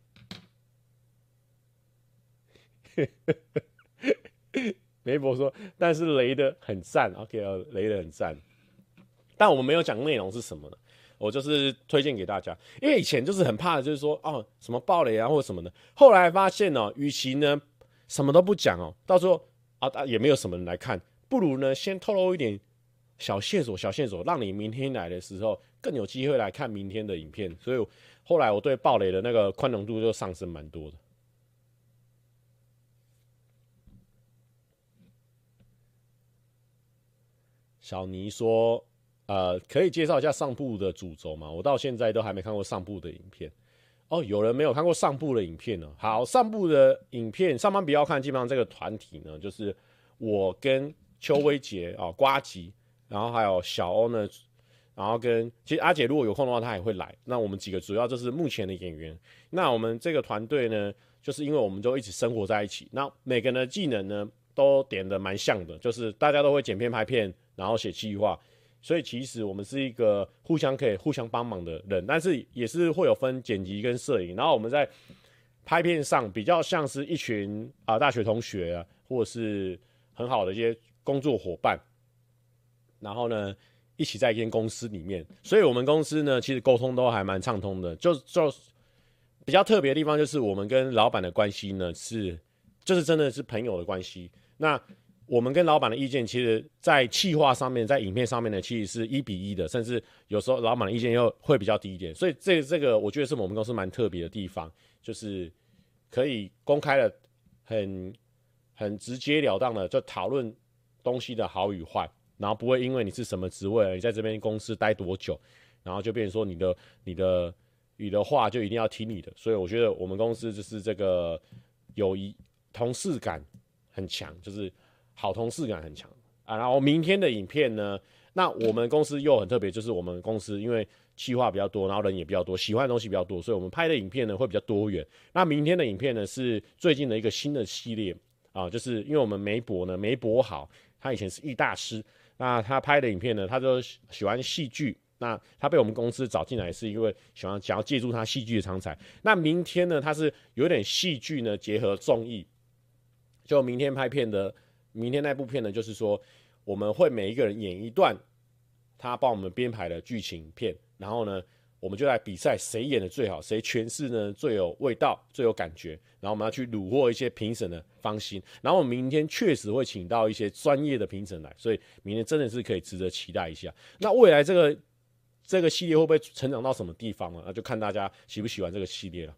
梅博说，但是雷的很赞 ，OK 哦，雷的很赞。但我们没有讲内容是什么呢？ 我就是推荐给大家，因为以前就是很怕的，就是说哦什么暴雷啊或者什么的，后来发现哦，与其呢什么都不讲哦，到时候啊也没有什么人来看，不如呢先透露一点小线索、小线索，让你明天来的时候更有机会来看明天的影片。所以后来我对暴雷的那个宽容度就上升蛮多的。小尼说：“呃，可以介绍一下上部的主轴吗？我到现在都还没看过上部的影片。哦，有人没有看过上部的影片呢？好，上部的影片上班不要看，基本上这个团体呢，就是我跟邱威杰啊、呱吉，然后还有小欧呢，然后跟其实阿姐如果有空的话，她也会来。那我们几个主要就是目前的演员。那我们这个团队呢，就是因为我们都一起生活在一起，那每个人的技能呢都点的蛮像的，就是大家都会剪片拍片。”然后写企划，所以其实我们是一个互相可以互相帮忙的人，但是也是会有分剪辑跟摄影。然后我们在拍片上比较像是一群啊、呃、大学同学啊，或者是很好的一些工作伙伴，然后呢一起在一间公司里面，所以我们公司呢其实沟通都还蛮畅通的。就就比较特别的地方就是我们跟老板的关系呢是，就是真的是朋友的关系。那我们跟老板的意见，其实在企划上面，在影片上面呢，其实是一比一的，甚至有时候老板的意见又会比较低一点。所以这这个我觉得是我们公司蛮特别的地方，就是可以公开的、很很直截了当的就讨论东西的好与坏，然后不会因为你是什么职位，你在这边公司待多久，然后就变成说你的你的你的话就一定要听你的。所以我觉得我们公司就是这个友谊同事感很强，就是。好同事感很强啊，然后明天的影片呢，那我们公司又很特别，就是我们公司因为企划比较多，然后人也比较多，喜欢的东西比较多，所以我们拍的影片呢会比较多元。那明天的影片呢是最近的一个新的系列啊，就是因为我们梅博呢，梅博好，他以前是艺大师，那他拍的影片呢，他就喜欢戏剧，那他被我们公司找进来是因为想要想要借助他戏剧的长才。那明天呢，他是有点戏剧呢结合综艺，就明天拍片的。明天那部片呢，就是说我们会每一个人演一段他帮我们编排的剧情片，然后呢，我们就来比赛谁演的最好，谁诠释呢最有味道、最有感觉，然后我们要去虏获一些评审的芳心。然后我们明天确实会请到一些专业的评审来，所以明天真的是可以值得期待一下。那未来这个这个系列会不会成长到什么地方呢？那就看大家喜不喜欢这个系列了。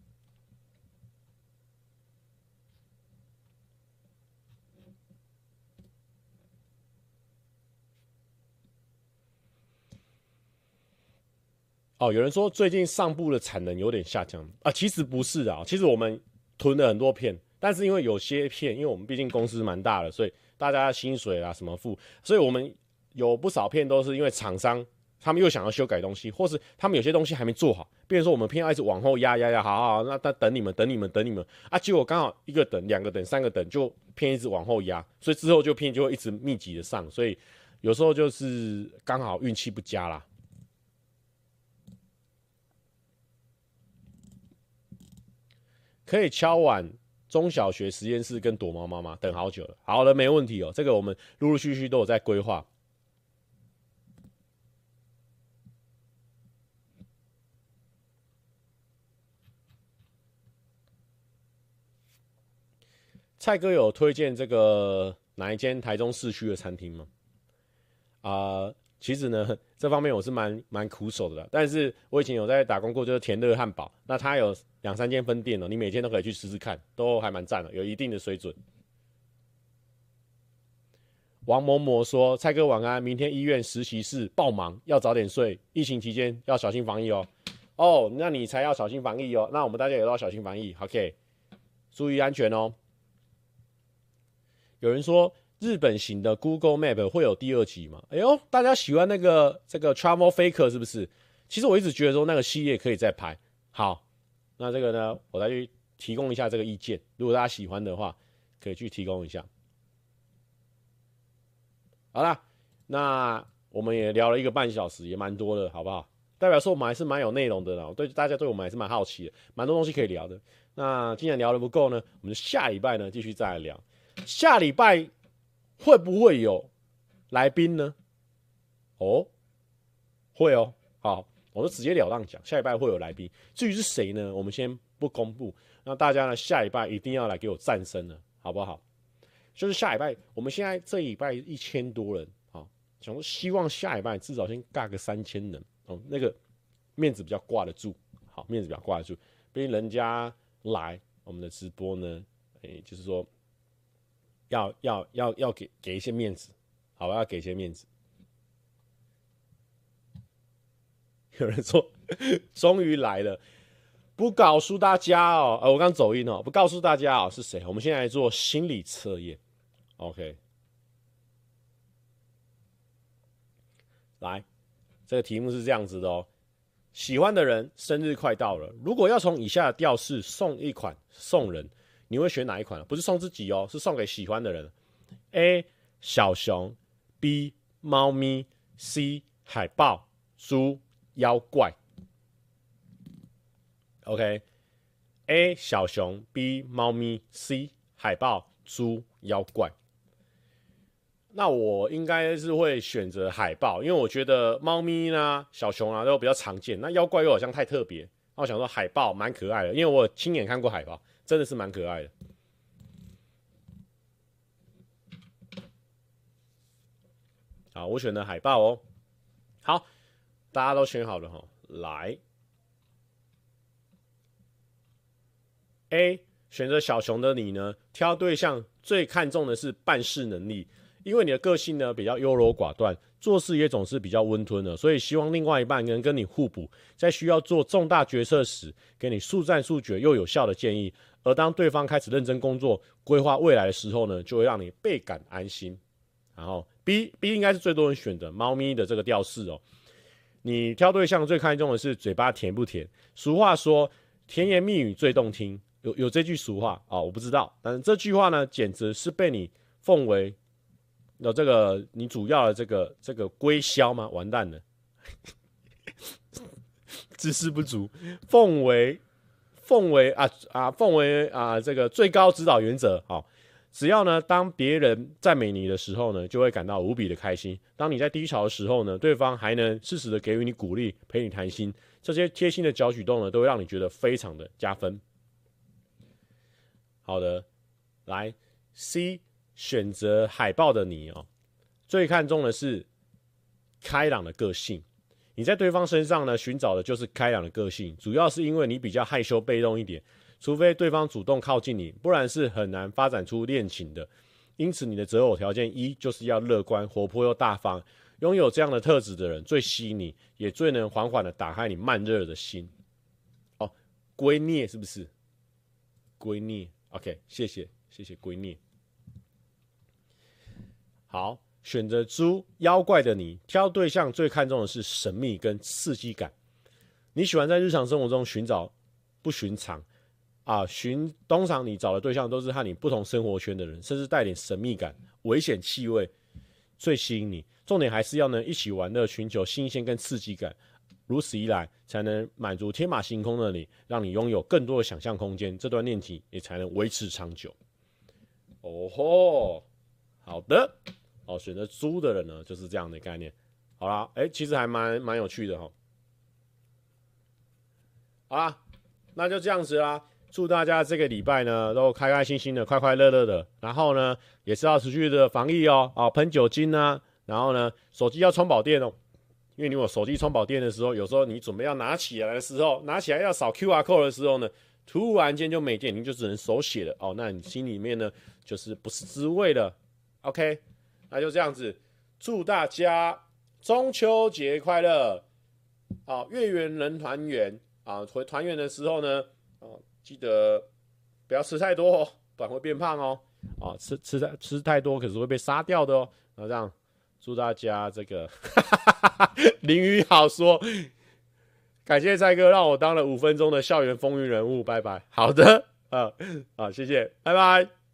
哦，有人说最近上部的产能有点下降啊，其实不是啊，其实我们囤了很多片，但是因为有些片，因为我们毕竟公司蛮大的，所以大家薪水啊什么付，所以我们有不少片都是因为厂商他们又想要修改东西，或是他们有些东西还没做好，变成说我们片要一直往后压压压，好好好，那那等你们等你们等你们啊，结果刚好一个等两个等三个等，就片一直往后压，所以之后就片就会一直密集的上，所以有时候就是刚好运气不佳啦。可以敲碗中小学实验室跟躲猫妈妈，等好久了。好的，没问题哦，这个我们陆陆续续都有在规划。蔡哥有推荐这个哪一间台中市区的餐厅吗？啊、呃，其实呢，这方面我是蛮蛮苦手的啦。但是我以前有在打工过，就是田乐汉堡，那它有两三间分店哦，你每天都可以去试试看，都还蛮赞的，有一定的水准。王某某说：“蔡哥晚安，明天医院实习室爆忙，要早点睡。疫情期间要小心防疫哦。哦，那你才要小心防疫哦。那我们大家也都要小心防疫 ，OK， 注意安全哦。”有人说日本型的 Google Map 会有第二集吗？哎呦，大家喜欢那个这个 Travel Faker 是不是？其实我一直觉得说那个系列可以再拍。好，那这个呢，我再去提供一下这个意见。如果大家喜欢的话，可以去提供一下。好啦，那我们也聊了一个半小时，也蛮多的，好不好？代表说我们还是蛮有内容的啦，对大家对我们还是蛮好奇的，蛮多东西可以聊的。那既然聊得不够呢，我们就下礼拜呢继续再来聊。下礼拜会不会有来宾呢？哦，会哦。 好，我就直截了当讲，下礼拜会有来宾。至于是谁呢，我们先不公布。那大家呢，下礼拜一定要来给我赞声了，好不好？就是下礼拜，我们现在这礼拜一千多人，好，想说希望下礼拜至少先尬个三千人哦，那个面子比较挂得住，好，面子比较挂得住，毕竟人家来我们的直播呢，哎，就是说要要要要给给一些面子，好，要给一些面子。有人说，终于来了。不告诉大家哦，呃，我刚走音哦，不告诉大家哦是谁。我们现在来做心理测验 ，OK。来，这个题目是这样子的哦。喜欢的人生日快到了，如果要从以下的吊饰送一款送人，你会选哪一款？不是送自己哦，是送给喜欢的人。A. 小熊 B. 猫咪 C. 海豹猪妖怪。OK，A、okay, 小熊 ，B 猫咪 ，C 海豹、猪、妖怪。那我应该是会选择海豹，因为我觉得猫咪呢、小熊啊都比较常见，那妖怪又好像太特别。那我想说海豹蛮可爱的，因为我亲眼看过海豹，真的是蛮可爱的。好，我选的海豹哦。好，大家都选好了哈，来。A 选择小熊的你呢，挑对象最看重的是办事能力，因为你的个性呢比较优柔寡断，做事也总是比较温吞的，所以希望另外一半能跟你互补，在需要做重大决策时，给你速战速决又有效的建议，而当对方开始认真工作、规划未来的时候呢，就会让你倍感安心。然后 B B 应该是最多人选的猫咪的这个调式哦，你挑对象最看重的是嘴巴甜不甜，俗话说甜言蜜语最动听。有有这句俗话啊、哦，我不知道，但是这句话呢，简直是被你奉为有这个你主要的这个这个归销吗？完蛋了，知识不足，奉为奉为啊啊奉为啊这个最高指导原则。好、哦，只要呢，当别人赞美你的时候呢，就会感到无比的开心；当你在低潮的时候呢，对方还能适时的给予你鼓励，陪你谈心，这些贴心的小举动呢，都会让你觉得非常的加分。好的，来 C 选择海豹的你哦，最看重的是开朗的个性。你在对方身上呢，寻找的就是开朗的个性，主要是因为你比较害羞被动一点，除非对方主动靠近你，不然是很难发展出恋情的。因此，你的择偶条件一就是要乐观、活泼又大方，拥有这样的特质的人最吸引你，也最能缓缓的打开你慢热的心。哦，龟镊是不是？龟镊。OK， 谢谢谢谢龟镊。好，选择猪妖怪的你，挑对象最看重的是神秘跟刺激感。你喜欢在日常生活中寻找不寻常啊，寻通常你找的对象都是和你不同生活圈的人，甚至带点神秘感、危险气味，最吸引你。重点还是要呢一起玩乐，寻求新鲜跟刺激感。如此一来，才能满足天马行空的你，让你拥有更多的想象空间，这段恋情也才能维持长久。哦吼，好的，哦，选择猪的人呢，就是这样的概念。好啦，哎、欸，其实还蛮蛮有趣的哈。好啦，那就这样子啦。祝大家这个礼拜呢都开开心心的、快快乐乐的。然后呢，也是要持续的防疫哦，啊，喷酒精啊，然后呢，手机要充饱电哦。因为你有手机充饱电的时候，有时候你准备要拿起来的时候，拿起来要扫 Q R code 的时候呢，突然间就没电，你就只能手写了哦。那你心里面呢，就是不是滋味了。OK， 那就这样子，祝大家中秋节快乐！好，月圆人团圆啊！回团圆的时候呢，啊，记得不要吃太多哦，不然会变胖哦。啊，吃吃吃太多可是会被杀掉的哦。那这样。祝大家这个淋雨好说，感谢蔡哥让我当了五分钟的校园风云人物，拜拜。好的，呃，好，谢谢，拜拜。